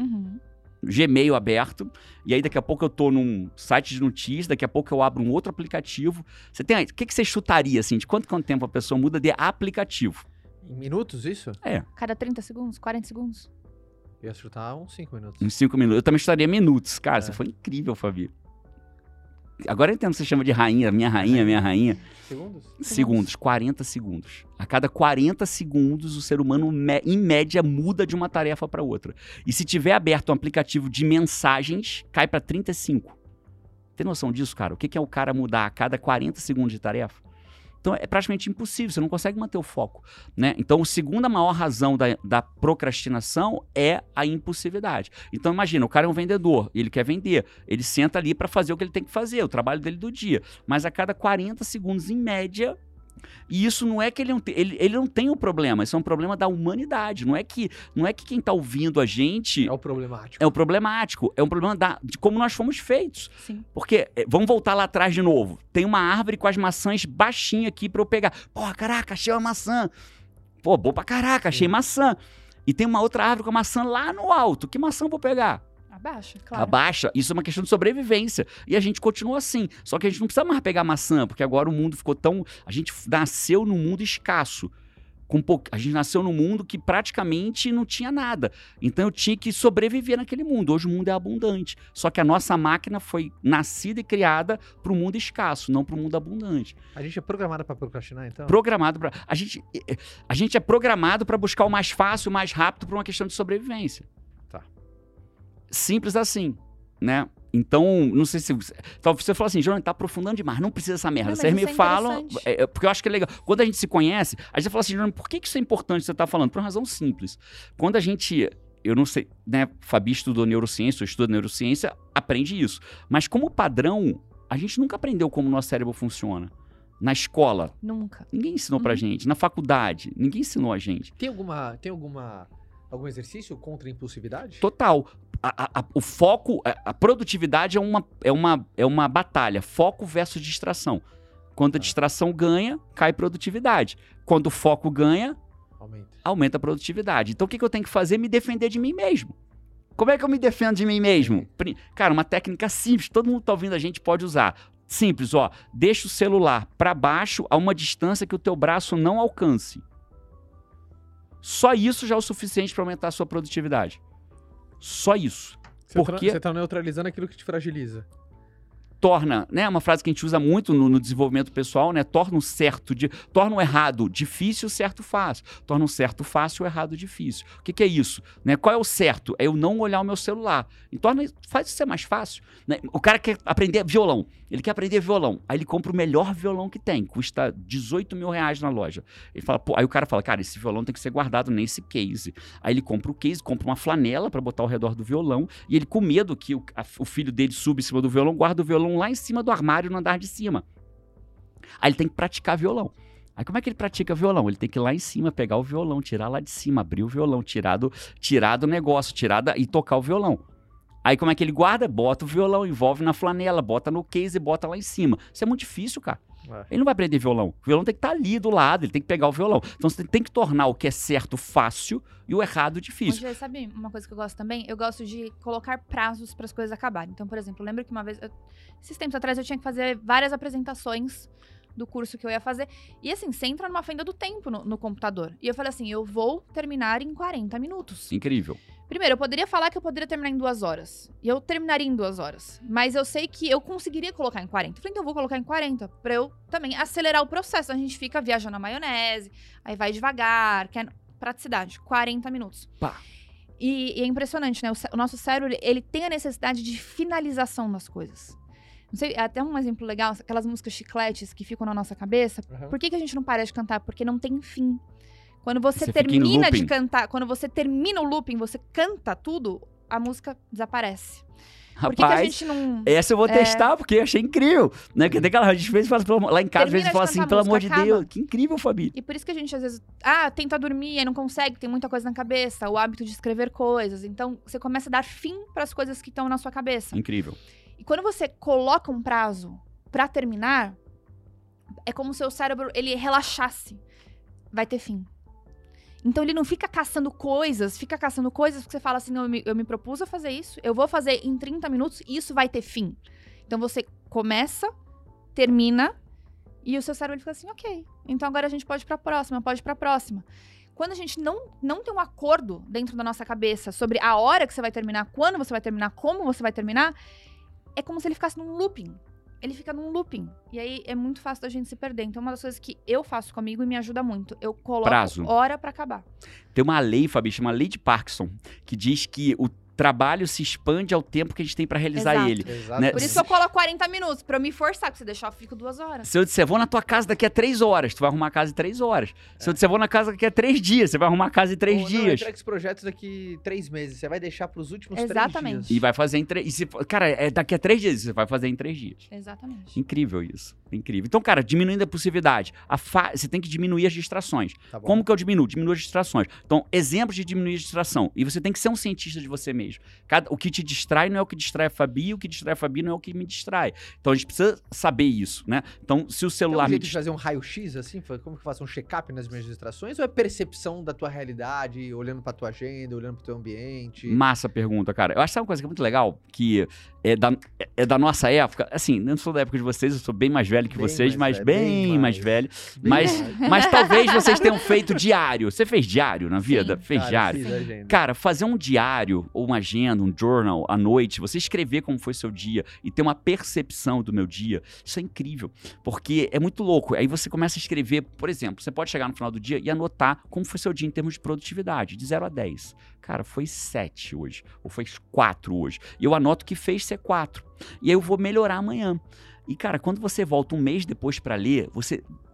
Gmail aberto, e aí daqui a pouco eu tô num site de notícias, daqui a pouco eu abro um outro aplicativo. O que você chutaria, assim, de quanto tempo a pessoa muda de aplicativo? Em minutos, isso? Cada 30 segundos, 40 segundos? Eu ia chutar uns 5 minutos. Uns 5 minutos. Eu também chutaria minutos. Cara, você foi incrível, Fabi. Agora eu entendo que você chama de rainha, minha rainha. Segundos, 40 segundos. A cada 40 segundos, o ser humano, em média, muda de uma tarefa para outra. E se tiver aberto um aplicativo de mensagens, cai para 35. Tem noção disso, cara? O que é o cara mudar a cada 40 segundos de tarefa? Então é praticamente impossível, você não consegue manter o foco, né? Então a segunda maior razão da procrastinação é a impulsividade. Então imagina, o cara é um vendedor, ele quer vender, ele senta ali para fazer o que ele tem que fazer, o trabalho dele do dia, mas a cada 40 segundos em média, e isso não é que ele não tem um problema, isso é um problema da humanidade, não é que quem tá ouvindo a gente... É o problemático. É o problemático, é um problema de como nós fomos feitos. Sim. Porque, vamos voltar lá atrás de novo, tem uma árvore com as maçãs baixinha aqui pra eu pegar. Pô, caraca, achei uma maçã. Pô, bom pra caraca, achei maçã. E tem uma outra árvore com a maçã lá no alto, que maçã eu vou pegar? Abaixa, claro. Abaixa, isso é uma questão de sobrevivência. E a gente continua assim. Só que a gente não precisa mais pegar maçã, porque agora o mundo ficou tão... A gente nasceu num mundo escasso. A gente nasceu num mundo que praticamente não tinha nada. Então eu tinha que sobreviver naquele mundo. Hoje o mundo é abundante. Só que a nossa máquina foi nascida e criada para o mundo escasso, não para o mundo abundante. A gente é programado para procrastinar, então? Programado para... A gente é programado para buscar o mais fácil, o mais rápido por uma questão de sobrevivência. Simples assim, né? Então, não sei se... Talvez você fala assim, João, tá aprofundando demais, não precisa dessa merda. Vocês me falam... porque eu acho que é legal. Quando a gente se conhece, a gente fala assim, João, por que isso é importante que você tá falando? Por uma razão simples. Quando a gente... Eu não sei, né? Fabi estudou neurociência, eu estudo neurociência, aprende isso. Mas como padrão, a gente nunca aprendeu como o nosso cérebro funciona. Na escola, Nunca. ninguém ensinou pra gente. Na faculdade, ninguém ensinou a gente. Tem algum exercício contra a impulsividade? Total. O foco, a produtividade é uma batalha. Foco versus distração. Quando a distração ganha, cai produtividade. Quando o foco ganha, aumenta a produtividade. Então o que eu tenho que fazer? Me defender de mim mesmo. Como é que eu me defendo de mim mesmo? Cara, uma técnica simples, todo mundo que tá ouvindo a gente pode usar. Simples, ó. Deixa o celular para baixo a uma distância que o teu braço não alcance. Só isso já é o suficiente para aumentar a sua produtividade. Só isso. Porque você tá neutralizando aquilo que te fragiliza. torna, né, uma frase que a gente usa muito no desenvolvimento pessoal, né, torna o errado difícil, o certo fácil. Torna o certo fácil, o errado difícil. O que é isso? Né? Qual é o certo? É eu não olhar o meu celular. E faz isso ser mais fácil. Né? O cara quer aprender violão. Ele quer aprender violão. Aí ele compra o melhor violão que tem. Custa 18 mil reais na loja. Ele fala, aí o cara fala, cara, esse violão tem que ser guardado nesse case. Aí ele compra o case, compra uma flanela para botar ao redor do violão. E ele, com medo que o filho dele suba em cima do violão, guarda o violão lá em cima do armário, no andar de cima. Aí ele tem que praticar violão. Aí como é que ele pratica violão? Ele tem que ir lá em cima, pegar o violão, tirar lá de cima, abrir o violão, tirar do negócio, e tocar o violão. Aí como é que ele guarda? Bota o violão, envolve na flanela, bota no case e bota lá em cima. Isso é muito difícil, cara. Ele não vai aprender violão. O violão tem que estar ali do lado, ele tem que pegar o violão. Então você tem que tornar o que é certo fácil e o errado difícil. Hoje, sabe uma coisa que eu gosto também? Eu gosto de colocar prazos para as coisas acabarem. Então, por exemplo, eu lembro que uma vez, esses tempos atrás, eu tinha que fazer várias apresentações do curso que eu ia fazer. E assim, você entra numa fenda do tempo no computador. E eu falei assim, eu vou terminar em 40 minutos. Incrível. Primeiro, eu poderia falar que eu poderia terminar em 2 horas. E eu terminaria em 2 horas. Mas eu sei que eu conseguiria colocar em 40. Eu falei, então eu vou colocar em 40. Pra eu também acelerar o processo. A gente fica viajando na maionese, aí vai devagar, quer praticidade. 40 minutos. Pá. E é impressionante, né? O nosso cérebro, ele tem a necessidade de finalização das coisas. Não sei, até um exemplo legal, aquelas músicas chicletes que ficam na nossa cabeça. Uhum. Por que a gente não para de cantar? Porque não tem fim. Quando você fica em termina de looping. cantar, quando você termina o looping, você canta tudo, a música desaparece. Por que Rapaz, a gente não... essa eu vou testar, porque eu achei incrível. Né? Que tem aquela, a gente fez, lá em casa, às vezes fala assim, pelo amor de Deus, que incrível, Fabi. E por isso que a gente, às vezes, tenta dormir e não consegue, tem muita coisa na cabeça, o hábito de escrever coisas. Então, você começa a dar fim para as coisas que estão na sua cabeça. Incrível. E quando você coloca um prazo para terminar, é como se o seu cérebro, ele relaxasse. Vai ter fim. Então ele não fica caçando coisas, porque você fala assim, não, eu me propus a fazer isso, eu vou fazer em 30 minutos e isso vai ter fim. Então você começa, termina, e o seu cérebro fica assim, ok, então agora a gente pode ir pra próxima. Quando a gente não tem um acordo dentro da nossa cabeça sobre a hora que você vai terminar, quando você vai terminar, como você vai terminar, é como se ele ficasse num looping. Ele fica num looping. E aí é muito fácil da gente se perder. Então, uma das coisas que eu faço comigo e me ajuda muito, eu coloco Prazo. hora pra acabar. Tem uma lei, Fabi, chama Lei de Parkinson, que diz que o trabalho se expande ao tempo que a gente tem pra realizar Exato. ele. Exato. Né? Por isso que eu coloco 40 minutos, pra eu me forçar, porque se deixar eu fico 2 horas. Se eu disser, vou na tua casa daqui a 3 horas, tu vai arrumar a casa em 3 horas. Se eu disser, vou na casa daqui a 3 dias, você vai arrumar a casa em 3 Não, dias. entrega os projetos daqui 3 meses. Você vai deixar pros últimos Exatamente. 3 dias. E vai fazer em 3... Cara, daqui a 3 dias, você vai fazer em 3 dias. Exatamente. Incrível isso. Incrível. Então, cara, diminuindo a impulsividade. Você tem que diminuir as distrações. Tá bom. Como que eu diminuo? Diminuo as distrações. Então, exemplos de diminuir a distração. E você tem que ser um cientista de você mesmo. O que te distrai não é o que distrai a Fabi, o que distrai a Fabi não é o que me distrai. Então, a gente precisa saber isso, né? Então, se o Tem celular um me jeito de fazer um raio-x, assim? Como que eu faço um check-up nas minhas distrações? Ou é percepção da tua realidade, olhando pra tua agenda, olhando pro teu ambiente? Massa pergunta, cara. Eu acho que é uma coisa que é muito legal, que é da nossa época. Assim, eu não sou da época de vocês, eu sou bem mais velho que Bem vocês, mais mas velho, bem bem mais mais. velho. Mas talvez vocês tenham feito diário. Você fez diário na vida? Sim. Fez Cara, diário? fiz agenda. Cara, fazer um diário, ou uma agenda, um journal, à noite, você escrever como foi seu dia e ter uma percepção do meu dia, isso é incrível. Porque é muito louco. Aí você começa a escrever, por exemplo, você pode chegar no final do dia e anotar como foi seu dia em termos de produtividade, de 0 a 10. Cara, foi 7 hoje, ou foi 4 hoje. E eu anoto que fez ser 4. E aí eu vou melhorar amanhã. E, cara, quando você volta um mês depois pra ler, você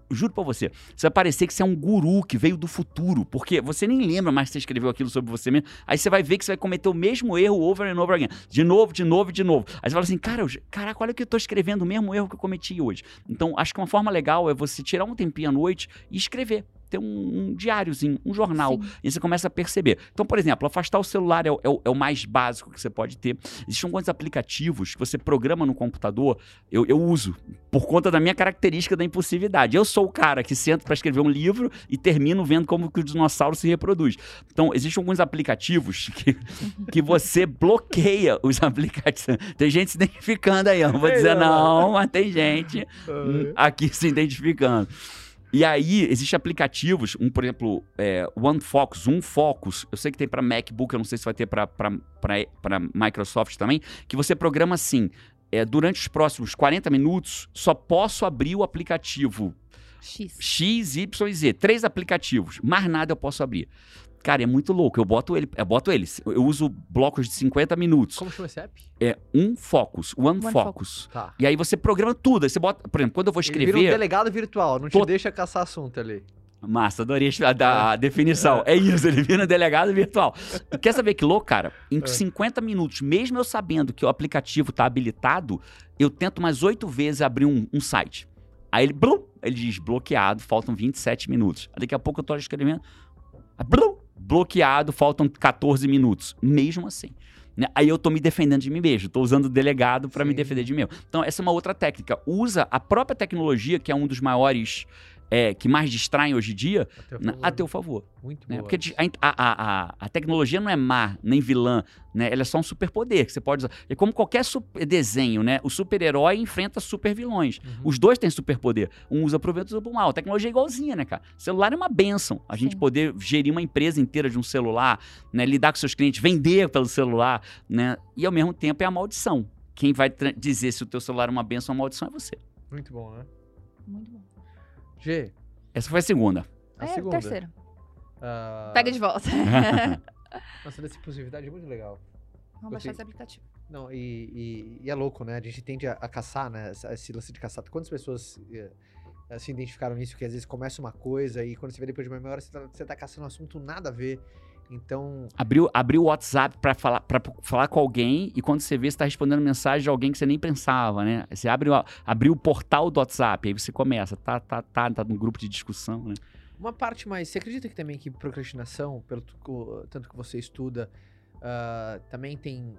juro pra você, você vai parecer que você é um guru que veio do futuro, porque você nem lembra mais que você escreveu aquilo sobre você mesmo, aí você vai ver que você vai cometer o mesmo erro over and over again, de novo. Aí você fala assim, caraca, olha o que eu tô escrevendo, o mesmo erro que eu cometi hoje. Então, acho que uma forma legal é você tirar um tempinho à noite e escrever. Ter um diáriozinho, um jornal, Sim. e você começa a perceber. Então, por exemplo, afastar o celular é o mais básico que você pode ter. Existem alguns aplicativos que você programa no computador, eu uso, por conta da minha característica da impulsividade. Eu sou o cara que senta para escrever um livro e termino vendo como que o dinossauro se reproduz. Então, existem alguns aplicativos que você bloqueia os aplicativos. Tem gente se identificando aí, eu não vou dizer não, mas tem gente aqui se identificando. E aí, existem aplicativos, por exemplo, Zoom Focus, eu sei que tem para MacBook, eu não sei se vai ter para Microsoft também, que você programa assim, durante os próximos 40 minutos, só posso abrir o aplicativo X, Y e Z, 3 aplicativos, mais nada eu posso abrir. Cara, é muito louco, eu boto eles, eu uso blocos de 50 minutos. Como chama esse app? One Focus. Tá. E aí você programa tudo, aí você bota, por exemplo, quando eu vou escrever... Ele vira um delegado virtual, não te deixa caçar assunto ali. Massa, adorei a definição. É isso, ele vira um delegado virtual. E quer saber que louco, cara? Em 50 minutos, mesmo eu sabendo que o aplicativo tá habilitado, eu tento mais 8 vezes abrir um site. Aí ele diz bloqueado, faltam 27 minutos. Aí daqui a pouco eu tô escrevendo... bloqueado, faltam 14 minutos. Mesmo assim. Né? Aí eu tô me defendendo de mim mesmo. Tô usando o delegado para me defender de mim. Então, essa é uma outra técnica. Usa a própria tecnologia, que é um dos maiores... que mais distraem hoje em dia, a teu favor. Muito né? boa. Porque a tecnologia não é má, nem vilã, né? Ela é só um superpoder que você pode usar. É como qualquer desenho, né? O super-herói enfrenta super-vilões. Os dois têm superpoder. Um usa pro bem, outro usa pro mal. A tecnologia é igualzinha, né, cara? O celular é uma bênção. A gente poder gerir uma empresa inteira de um celular, né? Lidar com seus clientes, vender pelo celular, né? E ao mesmo tempo é a maldição. Quem vai dizer se o teu celular é uma bênção ou uma maldição é você. Muito bom, né? Muito bom. G. Essa foi a segunda. A segunda. Terceira. Pega de volta. Nossa, essa impulsividade é muito legal. Vamos baixar esse aplicativo. Não, e é louco, né? A gente tende a caçar, né? Esse lance de caçar. Quantas pessoas se identificaram nisso? Que às vezes começa uma coisa e quando você vê depois de uma meia hora, você tá caçando um assunto nada a ver. Então... Abriu o WhatsApp pra falar com alguém e quando você vê, você tá respondendo mensagem de alguém que você nem pensava, né? Você abriu o portal do WhatsApp, aí você começa, tá num grupo de discussão, né? Uma parte mais... Você acredita que também que procrastinação, pelo tanto que você estuda, também tem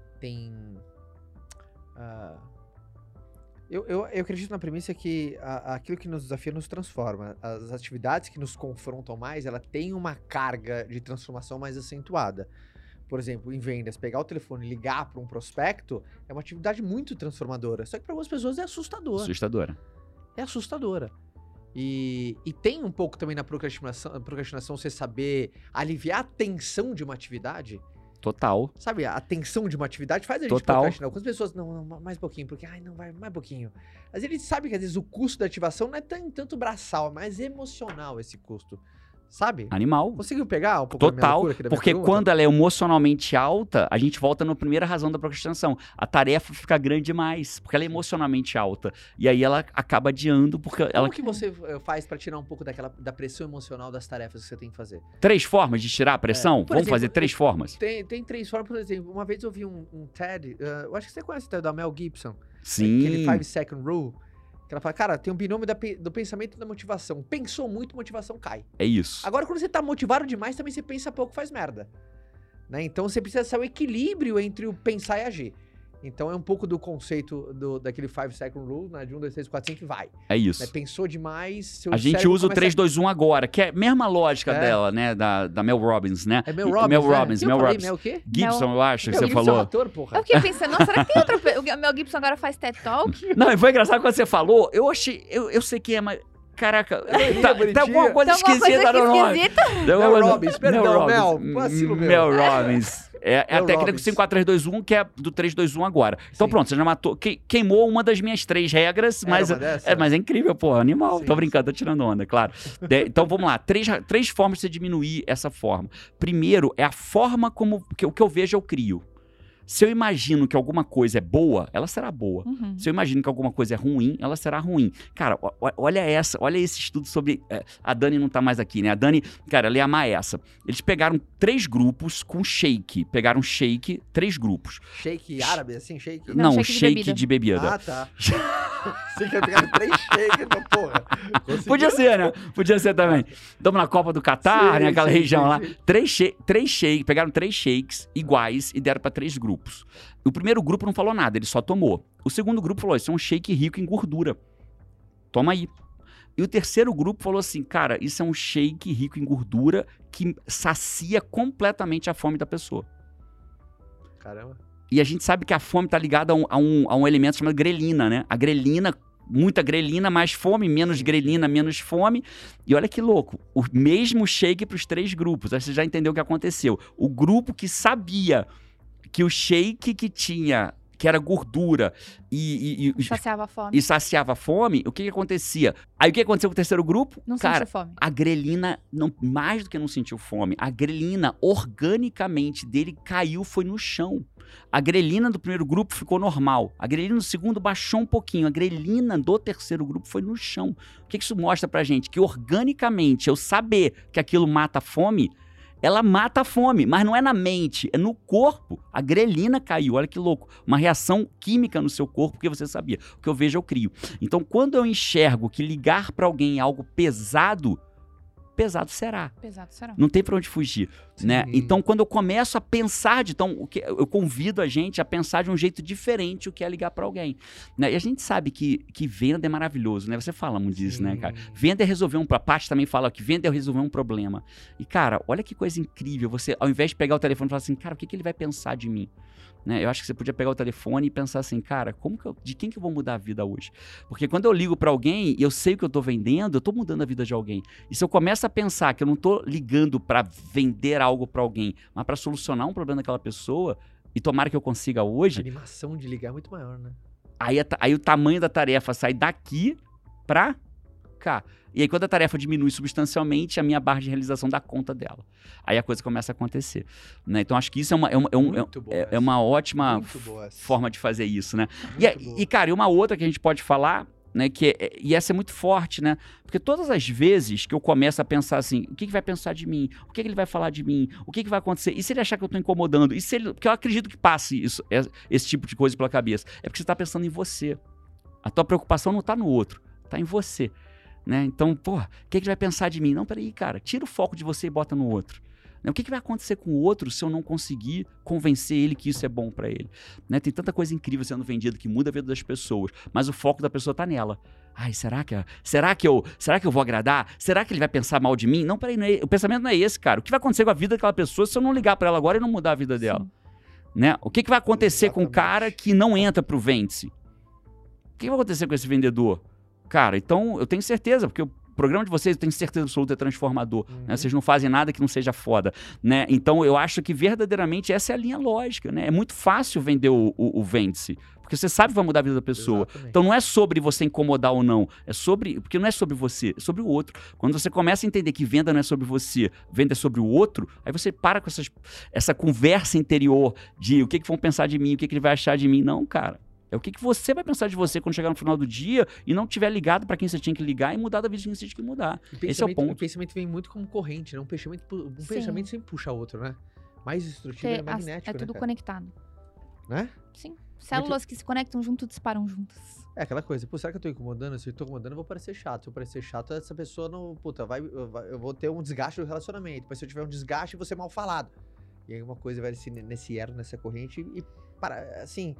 eu acredito na premissa que aquilo que nos desafia nos transforma. As atividades que nos confrontam mais, ela tem uma carga de transformação mais acentuada. Por exemplo, em vendas, pegar o telefone e ligar para um prospecto é uma atividade muito transformadora. Só que para algumas pessoas é assustadora. É assustadora. E tem um pouco também na procrastinação você saber aliviar a tensão de uma atividade. Total. Sabe, a tensão de uma atividade faz a gente procrastinar. Algumas pessoas, não, mais pouquinho, porque, não, vai mais pouquinho. Mas ele sabe que às vezes o custo da ativação não é tanto braçal, é mais emocional esse custo. Sabe? Animal. Conseguiu pegar um pouco da minha loucura aqui da minha porque pergunta? quando ela é emocionalmente alta, a gente volta na primeira razão da procrastinação. A tarefa fica grande demais, porque ela é emocionalmente alta. E aí ela acaba adiando, porque Como que você faz pra tirar um pouco da pressão emocional das tarefas que você tem que fazer? 3 formas de tirar a pressão? Por Vamos exemplo, fazer 3 formas? Tem 3 formas, por exemplo. Uma vez eu vi um TED, eu acho que você conhece o TED da Mel Gibson. Sim. Aquele 5 Second Rule. Que ela fala, cara, tem um binômio do pensamento e da motivação. Pensou muito, motivação cai. É isso. Agora, quando você tá motivado demais, também você pensa pouco, faz merda. Né? Então, você precisa saber o equilíbrio entre o pensar e agir. Então, é um pouco do conceito daquele 5 Second Rule, né? De 1, 2, 3, 4, 5 e vai. É isso. Né? Pensou demais, a gente usa o 3, 2, 1 agora, que é a mesma lógica dela, né? Da Mel Robbins, né? É Mel Robbins, Mel Robbins. Mel o quê? Gibson, eu acho, que você Gibson falou. É ator, porra. Eu fiquei pensando, nossa, será que tem outra... O Mel Gibson agora faz TED Talk? Não, e foi engraçado quando você falou, eu achei, eu sei que é, mas... Caraca, tá alguma coisa esquisita no nome. Mel Robbins, perdão, Mel. Vacilo meu. Mel Robbins. É a técnica Robbins. do 5, 4, 3, 2, 1, que é do 3, 2, 1 agora. Então pronto, você já matou, queimou uma das minhas 3 regras, mas é incrível, pô, animal. Tô brincando, tô tirando onda, claro. Então vamos lá, 3 formas de você diminuir essa forma. Primeiro, é a forma como, que o que eu vejo eu crio. Se eu imagino que alguma coisa é boa, ela será boa. Uhum. Se eu imagino que alguma coisa é ruim, ela será ruim. Cara, olha esse estudo sobre... a Dani não tá mais aqui, né? A Dani, cara, ela ia amar essa. Eles pegaram 3 grupos com shake. Pegaram shake, 3 grupos. Shake árabe, assim, shake? Não, Não, shake shake de bebida. Ah, tá. Você quer pegar 3 shakes, então, porra. Conseguiu? Podia ser, né? Podia ser também. Estamos na Copa do Catar, Sim, né? Aquela sim, região sim, lá. sim. 3 shakes, pegaram 3 shakes iguais e deram para 3 grupos. O primeiro grupo não falou nada, ele só tomou. O segundo grupo falou, isso é um shake rico em gordura. Toma aí. E o terceiro grupo falou assim, cara, isso é um shake rico em gordura que sacia completamente a fome da pessoa. Caramba. E a gente sabe que a fome está ligada a um elemento chamado grelina, né? A grelina, muita grelina, mais fome, menos grelina, menos fome. E olha que louco, o mesmo shake para os 3 grupos. Aí você já entendeu o que aconteceu. O grupo que sabia que o shake que era gordura e Saciava a fome. e saciava a fome, o que acontecia? Aí o que aconteceu com o terceiro grupo? Não Cara, sentiu fome. a grelina, não, mais do que não sentiu fome, a grelina organicamente dele caiu, foi no chão. A grelina do primeiro grupo ficou normal. A grelina do segundo baixou um pouquinho. A grelina do terceiro grupo foi no chão. O que isso mostra pra gente? Que organicamente, eu saber que aquilo mata a fome, ela mata a fome, mas não é na mente, é no corpo. A grelina caiu, olha que louco. Uma reação química no seu corpo, porque você sabia. O que eu vejo, eu crio. Então, quando eu enxergo que ligar pra alguém é algo pesado, pesado será. Pesado será. Não tem pra onde fugir, né? Então, quando eu começo a pensar eu convido a gente a pensar de um jeito diferente o que é ligar pra alguém, né? E a gente sabe que venda é maravilhoso, né? Você fala muito disso, né, cara? Venda é resolver a Paty também fala que venda é resolver um problema. E, cara, olha que coisa incrível. Você, ao invés de pegar o telefone e falar assim, cara, o que ele vai pensar de mim? Né? Eu acho que você podia pegar o telefone e pensar assim, cara, de quem que eu vou mudar a vida hoje? Porque quando eu ligo pra alguém e eu sei o que eu tô vendendo, eu tô mudando a vida de alguém. E se eu começo a pensar que eu não tô ligando pra vender algo pra alguém, mas pra solucionar um problema daquela pessoa, e tomara que eu consiga A hoje, animação de ligar é muito maior, né? aí o tamanho da tarefa sai daqui pra cá. E aí, quando a tarefa diminui substancialmente, a minha barra de realização dá conta dela. Aí a coisa começa a acontecer. Né? Então, acho que isso é uma ótima forma de fazer isso, né? E, cara, e uma outra que a gente pode falar, né? E essa é muito forte, né? Porque todas as vezes que eu começo a pensar assim, o que vai pensar de mim? O que ele vai falar de mim? O que vai acontecer? E se ele achar que eu tô incomodando? Porque eu acredito que passe esse tipo de coisa pela cabeça. É porque você tá pensando em você. A tua preocupação não tá no outro, tá em você. Né? Então, porra, o que ele vai pensar de mim? Não, peraí, cara, tira o foco de você e bota no outro. Né? O que vai acontecer com o outro se eu não conseguir convencer ele que isso é bom pra ele? Né? Tem tanta coisa incrível sendo vendida que muda a vida das pessoas, mas o foco da pessoa tá nela. Ai, será que eu vou agradar? Será que ele vai pensar mal de mim? Não, peraí, o pensamento não é esse, cara. O que vai acontecer com a vida daquela pessoa se eu não ligar pra ela agora e não mudar a vida dela? Né? O que vai acontecer com o cara que não entra pro vende-se? O que vai acontecer com esse vendedor? Cara, então eu tenho certeza, porque o programa de vocês, eu tenho certeza absoluta, é transformador. Né? Vocês não fazem nada que não seja foda. Né? Então eu acho que verdadeiramente essa é a linha lógica. Né? É muito fácil vender o vende-se, porque você sabe que vai mudar a vida da pessoa. Exatamente. Então não é sobre você incomodar ou não, porque não é sobre você, é sobre o outro. Quando você começa a entender que venda não é sobre você, venda é sobre o outro, aí você para com essa conversa interior de o que vão pensar de mim, o que ele vai achar de mim. Não, cara. É o que você vai pensar de você quando chegar no final do dia e não tiver ligado pra quem você tinha que ligar e mudar da vida de quem você tinha que mudar. Esse é o ponto. O pensamento vem muito como corrente, né? Um pensamento sempre puxa outro, né? Mais destrutivo é magnético, é tudo conectado. Né? Sim. Células que se conectam junto disparam juntas. É aquela coisa, pô, será que eu tô incomodando? Se eu tô incomodando, eu vou parecer chato. Se eu parecer chato, essa pessoa não... Puta, eu vou ter um desgaste do relacionamento. Mas se eu tiver um desgaste, eu vou ser mal falado. E aí uma coisa vai nesse elo, nessa corrente e assim...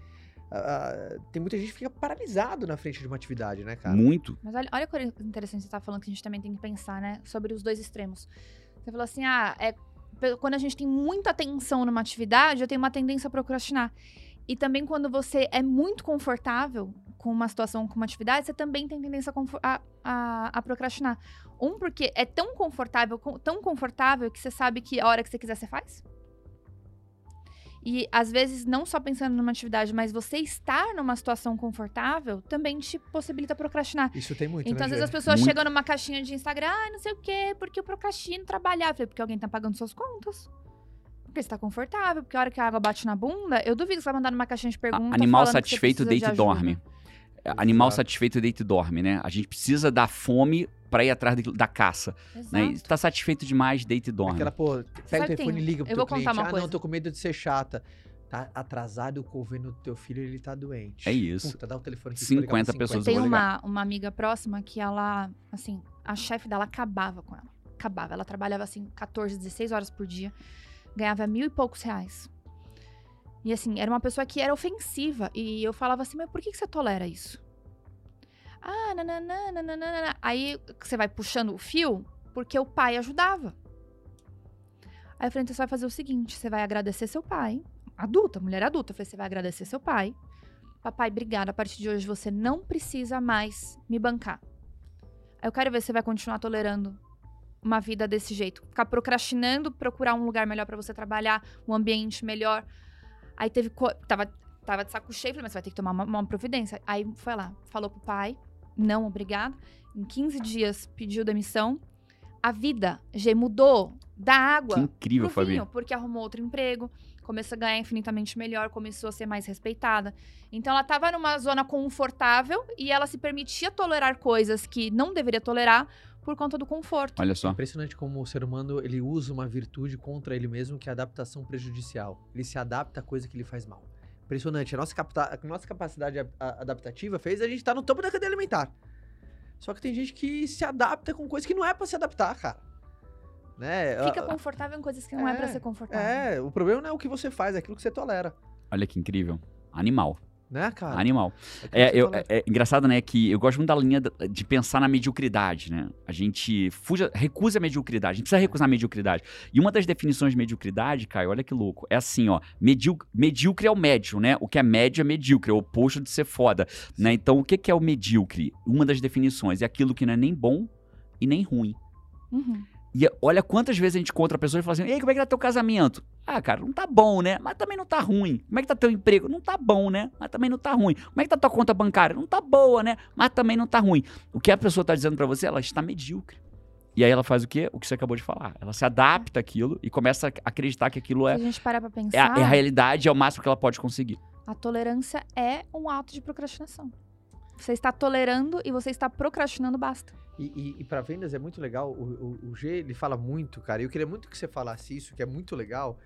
tem muita gente que fica paralisado na frente de uma atividade, né, cara? Muito. Mas olha que interessante você tá falando, que a gente também tem que pensar, né, sobre os dois extremos. Você falou assim, quando a gente tem muita atenção numa atividade, eu tenho uma tendência a procrastinar. E também quando você é muito confortável com uma situação, com uma atividade, você também tem tendência a procrastinar. Porque é tão confortável que você sabe que a hora que você quiser, você faz. E, às vezes, não só pensando numa atividade, mas você estar numa situação confortável também te possibilita procrastinar. Isso tem muito, Então, né, às vezes, as pessoas chegam numa caixinha de Instagram, não sei o quê, porque eu procrastino trabalhar. Porque alguém tá pagando suas contas. Porque você tá confortável, porque a hora que a água bate na bunda, eu duvido que você vai mandar numa caixinha de perguntas. Animal falando que você satisfeito precisa deita de e dorme. ajuda. Animal Exato. satisfeito deita e dorme, né? A gente precisa da fome pra ir atrás da caça. Né? E Exato. tá satisfeito demais, deita e dorme. Aquela, pô, pega Sabe o que telefone e tem- liga pro eu teu vou contar cliente. uma Ah, coisa. não, tô com medo de ser chata. Tá atrasado, eu vendo do teu filho, ele tá doente. É isso. Puta, dá o telefone aqui. que eu vou ligar 50 pra pessoas Tem eu vou ligar. uma amiga próxima que ela, assim, a chefe dela acabava com ela. Acabava. Ela trabalhava, assim, 14, 16 horas por dia. Ganhava 1.000 e poucos reais. E, assim, era uma pessoa que era ofensiva. E eu falava assim, mas por que você tolera isso? Ah, nananã, nananã. Aí você vai puxando o fio, porque o pai ajudava. Aí eu falei, então você vai fazer o seguinte, você vai agradecer seu pai. Adulta, mulher adulta. Eu falei, você vai agradecer seu pai. Papai, obrigada. A partir de hoje você não precisa mais me bancar. Aí eu quero ver se você vai continuar tolerando uma vida desse jeito. Ficar procrastinando, procurar um lugar melhor pra você trabalhar, um ambiente melhor. Aí teve... Tava de saco cheio, falei, mas você vai ter que tomar uma providência. Aí foi lá, falou pro pai, não, obrigado. Em 15 dias pediu demissão. A vida já mudou da Que água incrível, pro vinho, Fabi. porque arrumou outro emprego, começou a ganhar infinitamente melhor, começou a ser mais respeitada. Então ela tava numa zona confortável e ela se permitia tolerar coisas que não deveria tolerar por conta do conforto. Olha É só. impressionante como o ser humano, ele usa uma virtude contra ele mesmo, que é a adaptação prejudicial. Ele se adapta a coisa que lhe faz mal. Impressionante. A nossa capacidade adaptativa fez a gente estar no topo da cadeia alimentar. Só que tem gente que se adapta com coisas que não é pra se adaptar, cara. Né? Fica confortável em coisas que não é pra ser confortável. O problema não é o que você faz, é aquilo que você tolera. Olha que incrível. Animal. Né, cara? Animal. Aquilo que você tolera. É engraçado, né, que eu gosto muito da linha de pensar na mediocridade, né? A gente recusa a mediocridade, a gente precisa recusar a mediocridade. E uma das definições de mediocridade, Caio, olha que louco, é assim, ó, medíocre é o médio, né? O que é médio é medíocre, é o oposto de ser foda, né? Então, o que é o medíocre? Uma das definições é aquilo que não é nem bom e nem ruim. Uhum. E olha quantas vezes a gente encontra pessoas e fala assim, ei, como é que tá teu casamento? Ah, cara, não tá bom, né? Mas também não tá ruim. Como é que tá teu emprego? Não tá bom, né? Mas também não tá ruim. Como é que tá tua conta bancária? Não tá boa, né? Mas também não tá ruim. O que a pessoa tá dizendo pra você, ela está medíocre. E aí ela faz o quê? O que você acabou de falar. Ela se adapta àquilo e começa a acreditar que aquilo Se é a gente parar pra a pensar, realidade, é o máximo que ela pode conseguir. a tolerância é um ato de procrastinação. Você está tolerando e você está procrastinando, basta. E para vendas é muito legal, o G, ele fala muito, cara, e eu queria muito que você falasse isso, que é muito legal,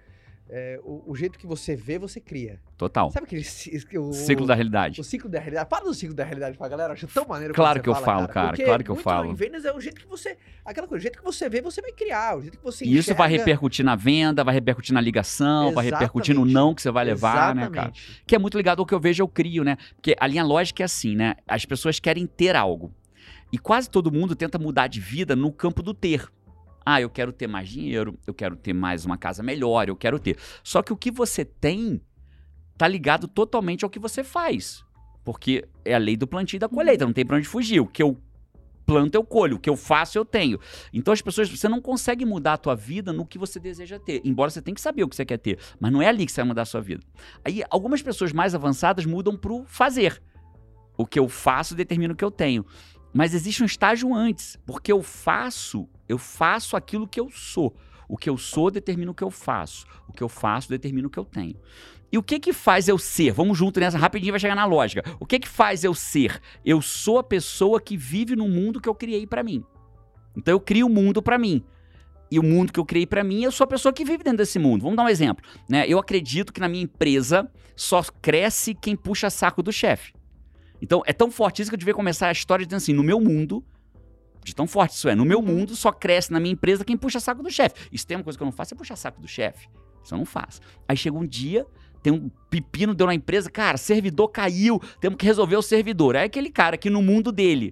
o jeito que você vê, você cria. Total. Sabe aquele Ciclo da realidade. o ciclo da realidade? Fala do ciclo da realidade pra galera, eu acho tão maneiro Claro quando que eu você falo, cara, Porque claro que eu muito falo. Em vendas é o jeito que você, aquela coisa, o jeito que você vê, você vai criar, o jeito que você E isso vai enxerga- repercutir na venda, vai repercutir na ligação, vai repercutir no Exatamente. não que você vai levar, né, cara? Exatamente. Que é muito ligado ao que eu vejo, eu crio, né? Porque a linha lógica é assim, né? As pessoas querem ter algo. E quase todo mundo tenta mudar de vida no campo do ter. Ah, eu quero ter mais dinheiro, eu quero ter mais uma casa melhor, eu quero ter. Só que o que você tem tá ligado totalmente ao que você faz. Porque é a lei do plantio e da colheita, não tem pra onde fugir. O que eu planto, eu colho. O que eu faço, eu tenho. Então as pessoas, você não consegue mudar a tua vida no que você deseja ter. Embora você tenha que saber o que você quer ter. Mas não é ali que você vai mudar a sua vida. Aí algumas pessoas mais avançadas mudam pro fazer. O que eu faço determina o que eu tenho. Mas existe um estágio antes. Porque eu faço aquilo que eu sou. O que eu sou determina o que eu faço. O que eu faço determina o que eu tenho. E o que faz eu ser? Vamos junto nessa, rapidinho vai chegar na lógica. O que faz eu ser? Eu sou a pessoa que vive no mundo que eu criei pra mim. Então eu crio o mundo pra mim. E o mundo que eu criei pra mim, eu sou a pessoa que vive dentro desse mundo. Vamos dar um exemplo, né? Eu acredito que na minha empresa só cresce quem puxa saco do chefe. Então é tão forte isso que eu devia começar a história dizendo assim, no meu mundo, de tão forte isso é, no meu mundo só cresce na minha empresa quem puxa saco do chefe. Isso tem uma coisa que eu não faço, é puxar saco do chefe. Isso eu não faço. Aí chega um dia, tem um pepino, deu na empresa, cara, servidor caiu, temos que resolver o servidor. Aí aquele cara que no mundo dele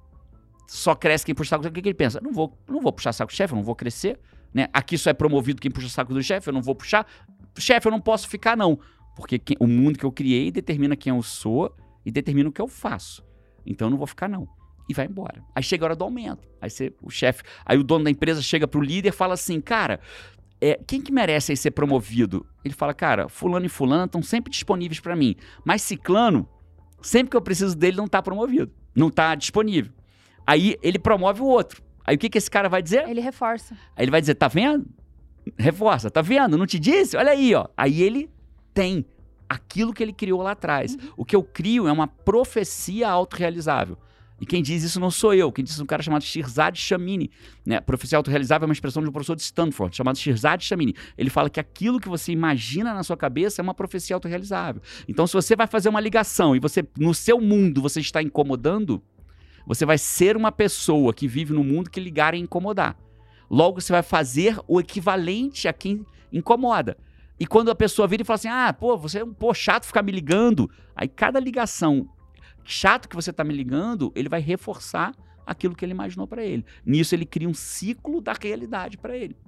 só cresce quem puxa saco do chefe, o que ele pensa? Não vou puxar saco do chefe, eu não vou crescer, né? Aqui só é promovido quem puxa saco do chefe, eu não vou puxar. Chefe, eu não posso ficar não, porque o mundo que eu criei determina quem eu sou e determina o que eu faço. Então eu não vou ficar não. E vai embora. Aí chega a hora do aumento. Aí o dono da empresa chega pro líder e fala assim, cara, quem que merece aí ser promovido? Ele fala, cara, fulano e fulana estão sempre disponíveis pra mim, mas ciclano, sempre que eu preciso dele, não tá promovido, não tá disponível. Aí ele promove o outro. Aí o que esse cara vai dizer? Ele reforça. Aí ele vai dizer, tá vendo? Reforça, tá vendo? Não te disse? Olha aí, ó. Aí ele tem aquilo que ele criou lá atrás. O que eu crio é uma profecia autorrealizável. E quem diz isso não sou eu, quem diz isso é um cara chamado Shirzad Chamini. Né? Profecia autorrealizável é uma expressão de um professor de Stanford, chamado Shirzad Chamini. Ele fala que aquilo que você imagina na sua cabeça é uma profecia autorrealizável. Então, se você vai fazer uma ligação e você, no seu mundo, você está incomodando, você vai ser uma pessoa que vive no mundo que ligar é incomodar. Logo, você vai fazer o equivalente a quem incomoda. E quando a pessoa vira e fala assim, você é um chato ficar me ligando. Aí cada ligação chato que você tá me ligando, ele vai reforçar aquilo que ele imaginou para ele. Nisso ele cria um ciclo da realidade para ele.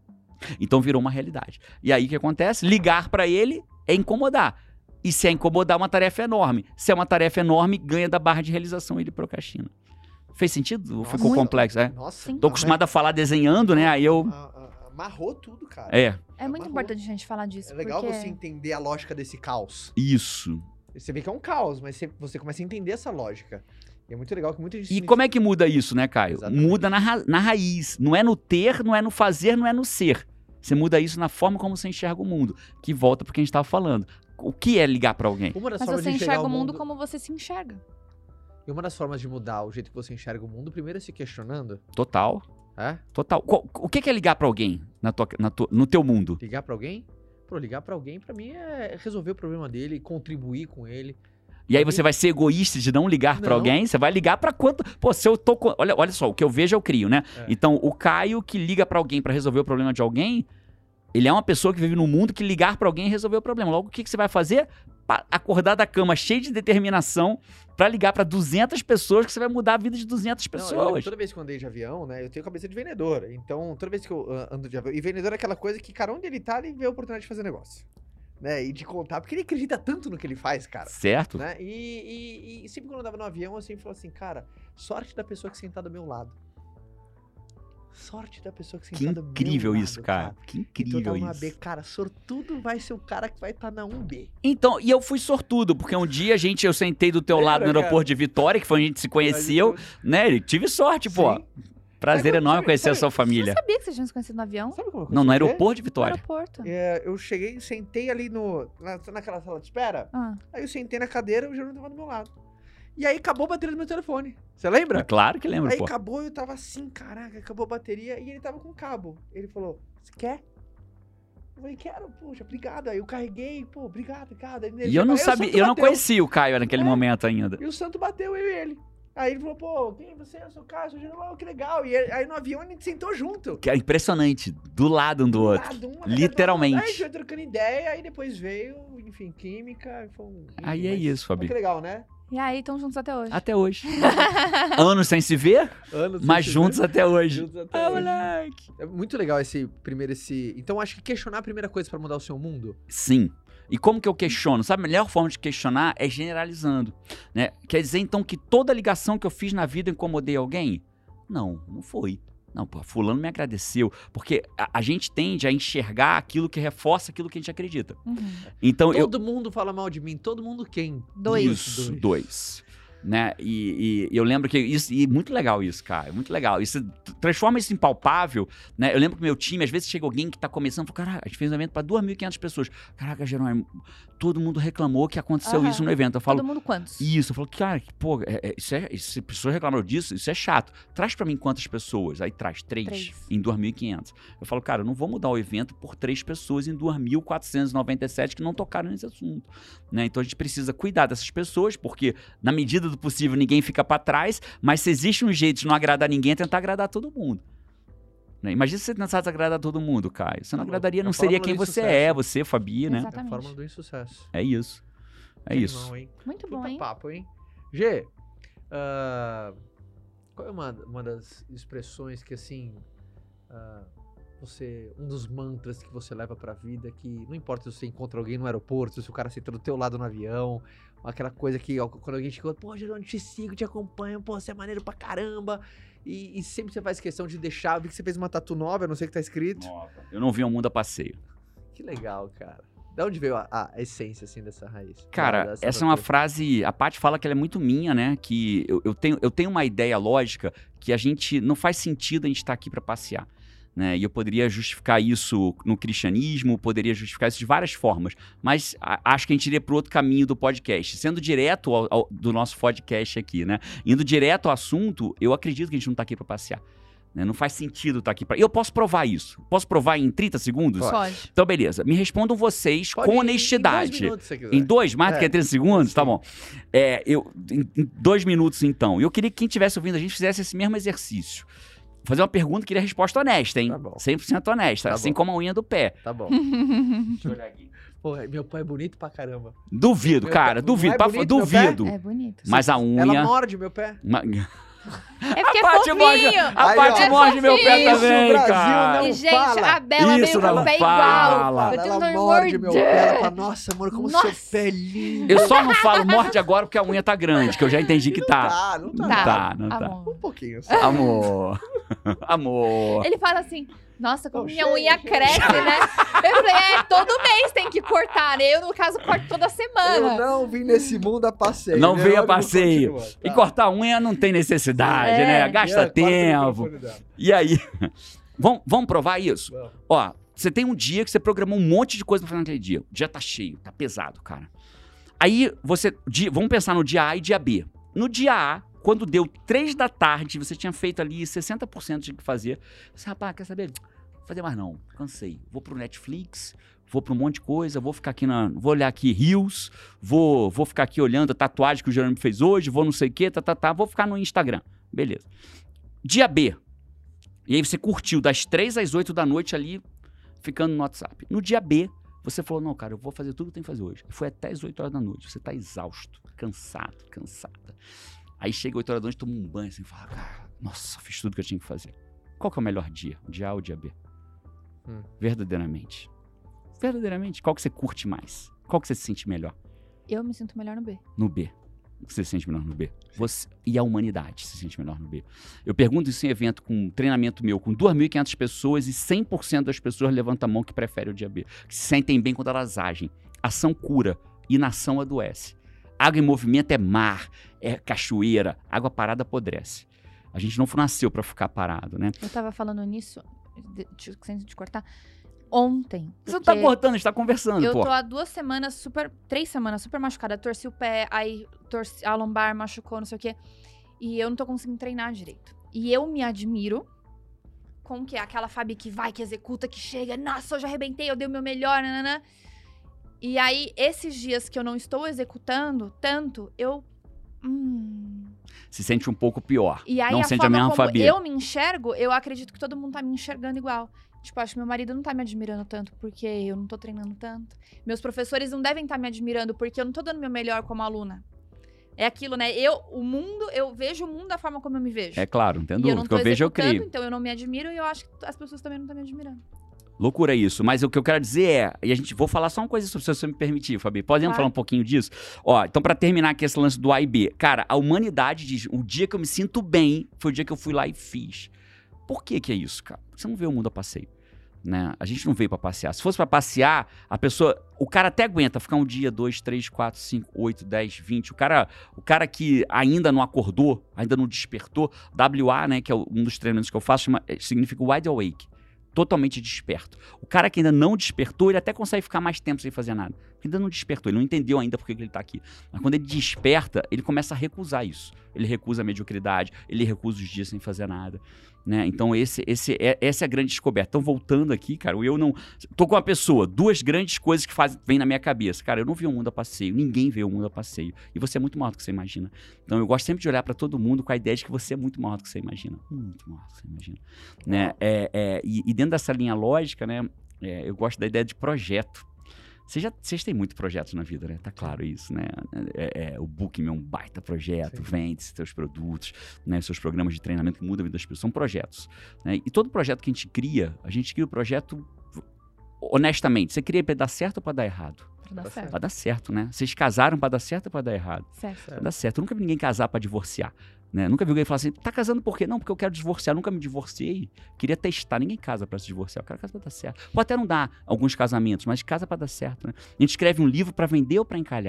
Então virou uma realidade. E aí o que acontece? Ligar para ele é incomodar. E se é incomodar, uma tarefa enorme. Se é uma tarefa enorme, ganha da barra de realização e ele procrastina. Fez sentido? Ou ficou complexo? Nossa. Tô acostumado a falar desenhando, né? Aí eu... Amarrou tudo, cara. É muito importante a gente falar disso. É legal porque... você entender a lógica desse caos. Isso. Você vê que é um caos, mas você começa a entender essa lógica. E é muito legal que muita gente... E como é que muda isso, né, Caio? Exatamente. Muda na raiz. Não é no ter, não é no fazer, não é no ser. Você muda isso na forma como você enxerga o mundo. Que volta pro que a gente tava falando. O que é ligar pra alguém? Mas você enxerga o mundo como você se enxerga. E uma das formas de mudar o jeito que você enxerga o mundo, primeiro é se questionando. Total. É? Total. O que é ligar pra alguém no teu mundo? Ligar pra alguém? Pô, ligar pra alguém, pra mim, é resolver o problema dele, contribuir com ele. E aí você vai ser egoísta de não ligar pra alguém? Você vai ligar pra quanto... Pô, se eu tô... Olha só, o que eu vejo eu crio, né? É. Então, o Caio que liga pra alguém pra resolver o problema de alguém, ele é uma pessoa que vive num mundo que ligar pra alguém é resolver o problema. Logo, o que você vai fazer? Acordar da cama cheio de determinação pra ligar pra 200 pessoas que você vai mudar a vida de 200 pessoas. Toda vez que eu andei de avião, né, eu tenho cabeça de vendedor. Então, toda vez que eu ando de avião... E vendedor é aquela coisa que, cara, onde ele tá, ele vê a oportunidade de fazer negócio. Né, e de contar, porque ele acredita tanto no que ele faz, cara. Certo. Né? E sempre quando eu andava no avião, eu sempre falava assim, cara, sorte da pessoa que sentar do meu lado. Sorte da pessoa que sentar do meu lado. Que incrível isso, cara. Que incrível então, isso. B, cara, sortudo vai ser o cara que vai estar na 1B. Então, e eu fui sortudo, porque um dia eu sentei do teu lado no aeroporto de Vitória, que foi onde a gente se conheceu, né? E tive sorte, pô. Prazer enorme conhecer a sua família. Eu sabia que vocês tinham se conhecido no avião. Sabe como eu Não, no consegui ver? aeroporto de No Vitória. aeroporto. Eu cheguei, sentei ali naquela sala de espera. Aí eu sentei na cadeira e o Jerônimo tava do meu lado. E aí acabou a bateria do meu telefone. Você lembra? Claro que lembro, Aí pô. acabou, eu tava assim, caraca, acabou a bateria. E ele tava com cabo. Ele falou, você quer? Eu falei, quero, poxa, obrigado. Aí eu carreguei, pô, obrigado. E eu não sabia, eu não conhecia o Caio naquele momento ainda. E o santo bateu, eu e ele. Aí ele falou, pô, quem é você? Eu sou o Caio, sou o Jerônimo, que legal. E aí no avião a gente sentou junto. Que é impressionante, do lado um do outro. Literalmente. Aí a gente foi trocando ideia, aí depois veio, enfim, química. Aí é isso, Fabi. Que legal, né? E aí, estão juntos até hoje. Até hoje. Anos sem se ver, mas juntos até hoje. Juntos até hoje. Moleque. É muito legal esse. Então acho que questionar a primeira coisa pra mudar o seu mundo. Sim. E como que eu questiono? Sabe, a melhor forma de questionar é generalizando, né? Quer dizer, então, que toda ligação que eu fiz na vida eu incomodei alguém? Não, não foi. Não, pô, fulano me agradeceu. Porque a gente tende a enxergar aquilo que reforça aquilo que a gente acredita. Então, Todo mundo fala mal de mim. Todo mundo quem? Dois. Dois. Né? E eu lembro que isso, e muito legal isso, cara, muito legal. Isso transforma isso em palpável, né? Eu lembro que meu time, às vezes chega alguém que tá começando, fala, caraca, a gente fez um evento pra 2.500 pessoas. Caraca, Jerônimo, todo mundo reclamou que aconteceu isso no evento. Eu falo, todo mundo quantos? Isso, eu falo, cara, pô, se pessoas reclamaram disso, isso é chato. Traz pra mim quantas pessoas? Aí traz 3 em 2.500. Eu falo, cara, eu não vou mudar o evento por 3 pessoas em 2.497 que não tocaram nesse assunto, né? Então a gente precisa cuidar dessas pessoas, porque na medida do possível ninguém fica pra trás, mas se existe um jeito de não agradar ninguém, é tentar agradar todo mundo. Né? Imagina se você tentasse agradar todo mundo, Caio. Você não agradaria, não seria quem você é, você, Fabi, né? Exatamente. É a fórmula do insucesso. É isso. É Que isso. animal, hein? Muito bom, Puta hein? papo, hein? G, qual é uma das expressões que, assim, um dos mantras que você leva pra vida, que não importa se você encontra alguém no aeroporto, se o cara senta do teu lado no avião, aquela coisa que, ó, quando alguém chegou, pô, Jerônimo, te sigo, te acompanho, pô, você é maneiro pra caramba, e sempre você faz questão de deixar, eu vi que você fez uma tatu nova, eu não sei o que tá escrito. Eu não vi o mundo a passeio. Que legal, cara. De onde veio a essência, assim, dessa raiz? Cara, essa é uma frase, a Paty fala que ela é muito minha, né? Que eu tenho uma ideia lógica que a gente, não faz sentido a gente estar aqui pra passear. né? E eu poderia justificar isso no cristianismo, poderia justificar isso de várias formas, mas acho que a gente iria para outro caminho do podcast. Sendo direto do nosso podcast aqui, né? Indo direto ao assunto, eu acredito que a gente não tá aqui para passear. Né? Não faz sentido estar aqui. Eu posso provar isso. Posso provar em 30 segundos? Pode. Então, beleza. Me respondam vocês com honestidade. Em 2 minutos, se você quiser. Em 2? Mais do que 30 segundos? Sim. Tá bom. Em 2 minutos, então. Eu queria que quem estivesse ouvindo a gente fizesse esse mesmo exercício. Vou fazer uma pergunta que queria resposta honesta, hein? Tá bom. 100% honesta. Tá assim bom. como a unha do pé. Tá bom. Deixa eu olhar aqui. Pô, meu pai é bonito pra caramba. Duvido, Meu cara. pé- Duvido. não é bonito, meu Duvido. É bonito. Mas a unha... Ela morde meu pé. É porque é Paty morde, fofinho. a Aí, Paty ó. morde meu pé Isso, também, o Brasil cara. não E, gente, fala. a Bela Isso veio com não o pé fala. igual. Eu tenho Ela vontade de morde meu morder. pé. Ela fala, nossa, amor, como Nossa. seu pé é lindo. Eu só não falo morde agora porque a unha tá grande, que eu já entendi que tá. Não Não tá. tá, não tá. Amor. Um pouquinho só. Amor. Amor. Ele fala assim, nossa, como Oh, minha cheio, unha cheio. cresce, né? Eu falei, todo mês tem que cortar, né? Eu, no caso, corto toda Eu semana. não vim nesse mundo a passeio. Não né? veio a Olha, eu vou passeio. continuar, E tá? cortar unha não tem necessidade, É. né? Gasta Corta o tempo. microfone dela. E aí? Vamos provar isso? Vamos. Ó, você tem um dia que você programou um monte de coisa pra fazer naquele dia. O dia tá cheio, tá pesado, cara. Aí vamos pensar no dia A e dia B. No dia A, quando deu 3 da tarde, você tinha feito ali 60% de que fazer. Você, rapaz, quer saber? Vou fazer mais não, cansei. Vou pro Netflix, vou pra um monte de coisa, vou ficar aqui vou olhar aqui Reels, vou ficar aqui olhando a tatuagem que o Jerônimo fez hoje, vou não sei o quê, vou ficar no Instagram. Beleza. Dia B. E aí você curtiu das 3 às 8 da noite ali, ficando no WhatsApp. No dia B, você falou, não, cara, eu vou fazer tudo que eu tenho que fazer hoje. E foi até as 8 horas da noite. Você tá exausto, cansada. Aí chega 8 horas da noite, toma um banho assim, fala, cara, nossa, fiz tudo que eu tinha que fazer. Qual que é o melhor dia? O dia A ou o dia B? Verdadeiramente. Verdadeiramente, qual que você curte mais? Qual que você se sente melhor? Eu me sinto melhor no B. No B. Você se sente melhor no B? E a humanidade se sente melhor no B? Eu pergunto isso em evento com um treinamento meu, com 2.500 pessoas e 100% das pessoas levantam a mão que preferem o dia B. Que se sentem bem quando elas agem. Ação cura, inação adoece. Água em movimento é mar, é cachoeira. Água parada apodrece. A gente não nasceu pra ficar parado, né? Eu tava falando nisso, sem te cortar, ontem. Você não tá porque cortando, a gente tá conversando, Eu pô. tô há 3 semanas super machucada. Torci o pé, aí torci a lombar, machucou, não sei o quê. E eu não tô conseguindo treinar direito. E eu me admiro com que é aquela Fabi que vai, que executa, que chega. Nossa, hoje arrebentei, eu dei o meu melhor, nananã. E aí, esses dias que eu não estou executando tanto, eu... Se sente um pouco pior. E aí, não a sente a forma mesma como Fabi. eu me enxergo, eu acredito que todo mundo tá me enxergando igual. Tipo, acho que meu marido não tá me admirando tanto porque eu não tô treinando tanto. Meus professores não devem estar me admirando porque eu não tô dando meu melhor como aluna. É aquilo, né? Eu vejo o mundo da forma como eu me vejo. É claro, não tem E eu dúvida. não O que tô eu vejo, eu executando, crio. então eu não me admiro e eu acho que as pessoas também não estão me admirando. Loucura isso. Mas o que eu quero dizer é... E a gente vou falar só uma coisa sobre, se você me permitir, Fabi. Podemos Claro. falar um pouquinho disso? Ó, então pra terminar aqui esse lance do A e B. Cara, a humanidade diz... O dia que eu me sinto bem foi o dia que eu fui lá e fiz. Por que que é isso, cara? Você não vê o mundo a passeio. Né? A gente não veio pra passear. Se fosse pra passear, a pessoa... O cara até aguenta ficar um dia, 2, 3, 4, 5, 8, 10, 20. O cara que ainda não acordou, ainda não despertou. WA, né, que é um dos treinamentos que eu faço, significa wide awake. Totalmente desperto. O cara que ainda não despertou, ele até consegue ficar mais tempo sem fazer nada. Porque ainda não despertou, ele não entendeu ainda por que ele tá aqui. Mas quando ele desperta, ele começa a recusar isso. Ele recusa a mediocridade, ele recusa os dias sem fazer nada. Né? Então essa é a grande descoberta. Então voltando aqui, cara, eu não... Tô com uma pessoa, 2 grandes coisas que vêm na minha cabeça. Cara, eu não vi o mundo a passeio, ninguém vê o mundo a passeio. E você é muito maior do que você imagina. Então eu gosto sempre de olhar pra todo mundo com a ideia de que você é muito maior do que você imagina. Muito maior do que você imagina. Né? E dentro dessa linha lógica, né, eu gosto da ideia de projeto. Vocês têm muitos projetos na vida, né? Tá claro isso, né? O Booking é um baita projeto, Sim. vende seus produtos, né? Seus programas de treinamento que mudam a vida das pessoas. São projetos. Né? E todo projeto que a gente cria o projeto honestamente. Você cria pra dar certo ou pra dar errado? Pra dar Tá certo. Pra dar certo, né? Vocês casaram pra dar certo ou pra dar errado? Certo. Pra dar certo. Eu nunca vi ninguém casar pra divorciar. Né? Nunca vi alguém falar assim, tá casando por quê? Não, porque eu quero divorciar, nunca me divorciei. Queria testar, ninguém casa pra se divorciar, o cara casa pra dar certo. Pode até não dar alguns casamentos, mas casa pra dar certo, né? A gente escreve um livro pra vender ou pra encalhar?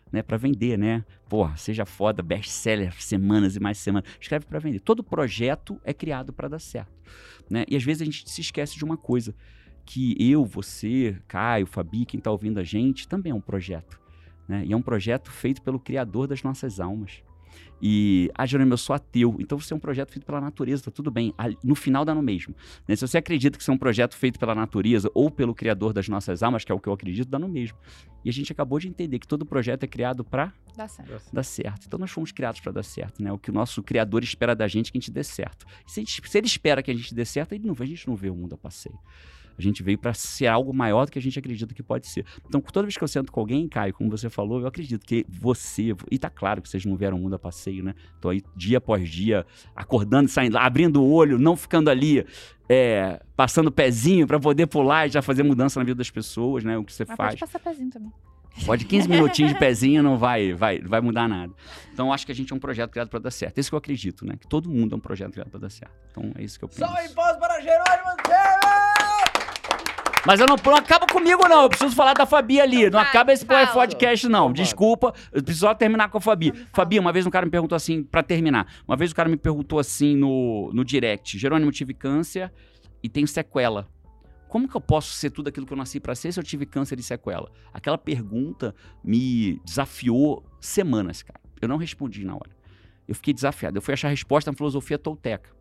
né? Para vender, né? Porra, seja foda, best-seller, semanas e mais semanas. Escreve para vender. Todo projeto é criado para dar certo, né? E às vezes a gente se esquece de uma coisa, que eu, você, Caio, Fabi, quem tá ouvindo a gente, também é um projeto, né? E é um projeto feito pelo Criador das nossas almas. E, Jerônimo, eu sou ateu, então você é um projeto feito pela natureza, tá tudo bem, no final dá no mesmo, né? Se você acredita que você é um projeto feito pela natureza ou pelo Criador das nossas almas, que é o que eu acredito, dá no mesmo. E a gente acabou de entender que todo projeto é criado para dar certo. Então nós fomos criados para dar certo, né? O que o nosso Criador espera da gente é que a gente dê certo. E se ele espera que a gente dê certo, a gente não vê o mundo a passeio. A gente veio para ser algo maior do que a gente acredita que pode ser. Então, toda vez que eu sento com alguém, Caio, como você falou, eu acredito que você... E tá claro que vocês não vieram o mundo a passeio, né? Tô aí dia após dia, acordando, saindo lá, abrindo o olho, não ficando ali, passando o pezinho para poder pular e já fazer mudança na vida das pessoas, né? O que você faz. Pode passar pezinho também. Pode 15 minutinhos de pezinho, não vai mudar nada. Então, acho que a gente é um projeto criado para dar certo. É isso que eu acredito, né? Que todo mundo é um projeto criado para dar certo. Então, é isso que eu penso. Salve voz para Jerônimo Temer! Mas eu não acaba comigo, não. Eu preciso falar da Fabi ali. Então não acaba esse fala. podcast, não. Então, Desculpa. Eu preciso só terminar com a Fabi. Então, Fabi, uma vez um cara me perguntou assim, pra terminar. Uma vez o cara me perguntou assim no direct. Jerônimo, tive câncer e tenho sequela. Como que eu posso ser tudo aquilo que eu nasci pra ser se eu tive câncer e sequela? Aquela pergunta me desafiou semanas, cara. Eu não respondi na hora. Eu fiquei desafiado. Eu fui achar a resposta na filosofia tolteca.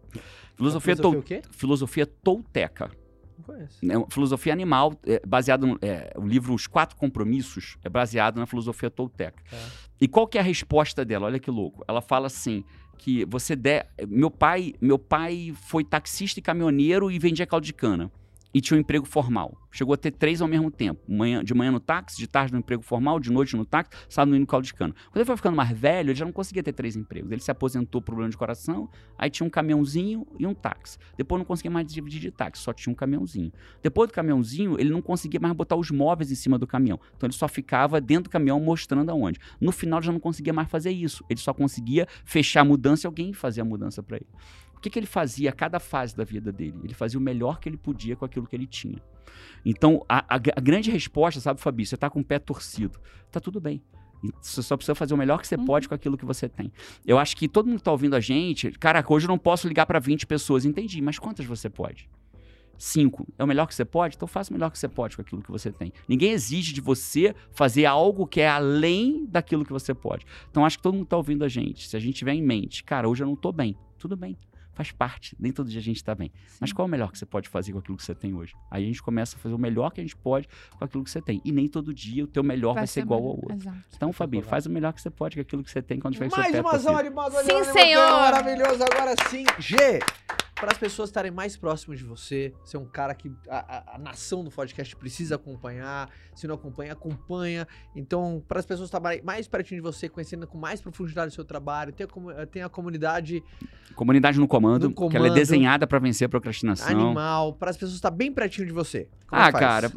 O quê? Filosofia tolteca. Não conheço. Filosofia animal, baseado o livro Os 4 Compromissos, é baseado na filosofia tolteca. E qual que é a resposta dela? Olha que louco. Ela fala assim, que meu pai foi taxista e caminhoneiro e vendia caldo de cana. E tinha um emprego formal. Chegou a ter 3 ao mesmo tempo. De manhã no táxi, de tarde no emprego formal, de noite no táxi, sábado no caldo de cana. Quando ele foi ficando mais velho, ele já não conseguia ter 3 empregos. Ele se aposentou por problema de coração, aí tinha um caminhãozinho e um táxi. Depois não conseguia mais dividir de táxi, só tinha um caminhãozinho. Depois do caminhãozinho, ele não conseguia mais botar os móveis em cima do caminhão. Então ele só ficava dentro do caminhão mostrando aonde. No final, ele já não conseguia mais fazer isso. Ele só conseguia fechar a mudança e alguém fazia a mudança para ele. O que ele fazia a cada fase da vida dele? Ele fazia o melhor que ele podia com aquilo que ele tinha. Então, a grande resposta, sabe, Fabi, você tá com o pé torcido. Tá tudo bem. Você só precisa fazer o melhor que você pode com aquilo que você tem. Eu acho que todo mundo que tá ouvindo a gente, caraca, hoje eu não posso ligar para 20 pessoas. Entendi, mas quantas você pode? 5. É o melhor que você pode? Então faça o melhor que você pode com aquilo que você tem. Ninguém exige de você fazer algo que é além daquilo que você pode. Então acho que todo mundo tá ouvindo a gente. Se a gente tiver em mente, cara, hoje eu não tô bem. Tudo bem. Faz parte, nem todo dia a gente tá bem. Sim. Mas qual é o melhor que você pode fazer com aquilo que você tem hoje? Aí a gente começa a fazer o melhor que a gente pode com aquilo que você tem. E nem todo dia o teu melhor vai ser igual ao outro. Exato. Então, Fabi, faz o melhor que você pode com aquilo que você tem quando tiver seu pé Mais uma de moda. Sim, senhor! Maravilhoso, agora sim. G, para as pessoas estarem mais próximas de você, ser um cara que a nação do podcast precisa acompanhar. Se não acompanha, acompanha. Então, para as pessoas estarem mais pertinho de você, conhecendo com mais profundidade o seu trabalho, tem a comunidade... Comunidade no comando, que ela é desenhada para vencer a procrastinação. Animal, para as pessoas estarem bem pertinho de você. Cara,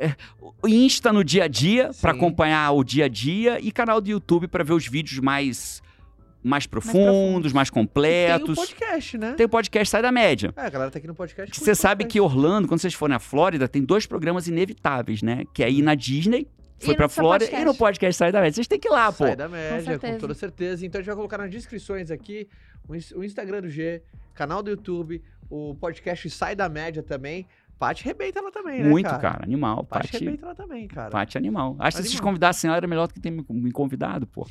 Insta no dia a dia, para acompanhar o dia a dia, e canal do YouTube para ver os vídeos mais profundos, mais completos. E tem o podcast, né? Tem o podcast Sai da Média. A galera tá aqui no podcast. Você sabe que Orlando, quando vocês forem na Flórida, tem 2 programas inevitáveis, né? Que é ir na Disney, foi pra Flórida, e no podcast Sai da Média. Vocês têm que ir lá, pô. Sai da Média, com toda certeza. Então a gente vai colocar nas descrições aqui o Instagram do G, canal do YouTube, o podcast Sai da Média também. Paty arrebenta lá também, né, muito, cara? Animal. Paty arrebenta lá também, cara. Paty animal. Acho que se vocês convidassem ela, era melhor do que ter me convidado, pô.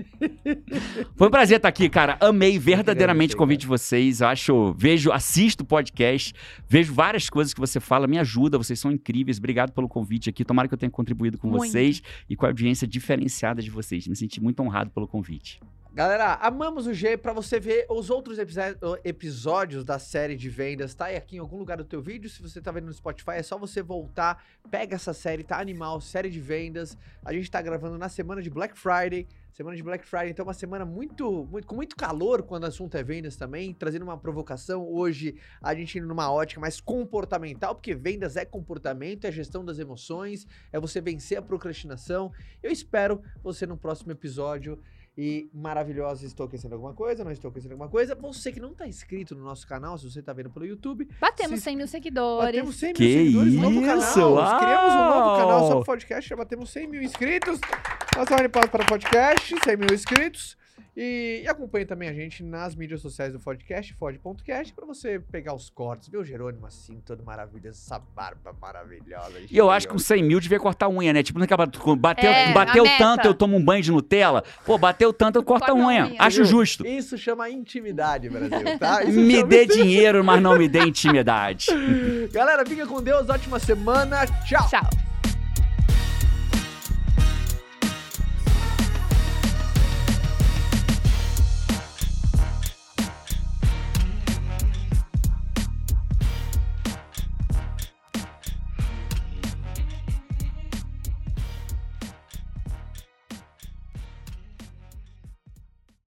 Foi um prazer estar aqui, cara. Amei verdadeiramente o convite de vocês. Assisto o podcast, vejo várias coisas que você fala, me ajuda, vocês são incríveis. Obrigado pelo convite aqui. Tomara que eu tenha contribuído com vocês e com a audiência diferenciada de vocês. Me senti muito honrado pelo convite. Galera, amamos o G. Pra você ver os outros episódios da série de vendas, tá aí aqui em algum lugar do teu vídeo. Se você tá vendo no Spotify, é só você voltar, pega essa série, tá animal, série de vendas. A gente tá gravando na semana de Black Friday. Então uma semana com muito calor quando o assunto é vendas também, trazendo uma provocação. Hoje a gente indo numa ótica mais comportamental, porque vendas é comportamento, é gestão das emoções, é você vencer a procrastinação. Eu espero você no próximo episódio. E maravilhosa, estou aquecendo alguma coisa, não estou aquecendo alguma coisa. Você que não está inscrito no nosso canal, se você está vendo pelo YouTube... Batemos 100 mil seguidores. Batemos 100 mil seguidores, novo canal. Uau! Criamos um novo canal sobre podcast, já batemos 100 mil inscritos. Uma semana de pausa para o podcast, 100 mil inscritos. E acompanhe também a gente nas mídias sociais do podcast, fod.cast, pra você pegar os cortes, ver o Jerônimo assim, todo maravilhoso, essa barba maravilhosa. E eu acho que com 100 mil devia cortar a unha, né? Tipo, bateu a meta. tanto, eu tomo um banho de Nutella. Pô, bateu tanto, eu corto a unha. Acho justo. Isso chama intimidade, Brasil, tá? Isso Me chama dê dinheiro, mas não me dê intimidade. Galera, fica com Deus, ótima semana, tchau! Tchau.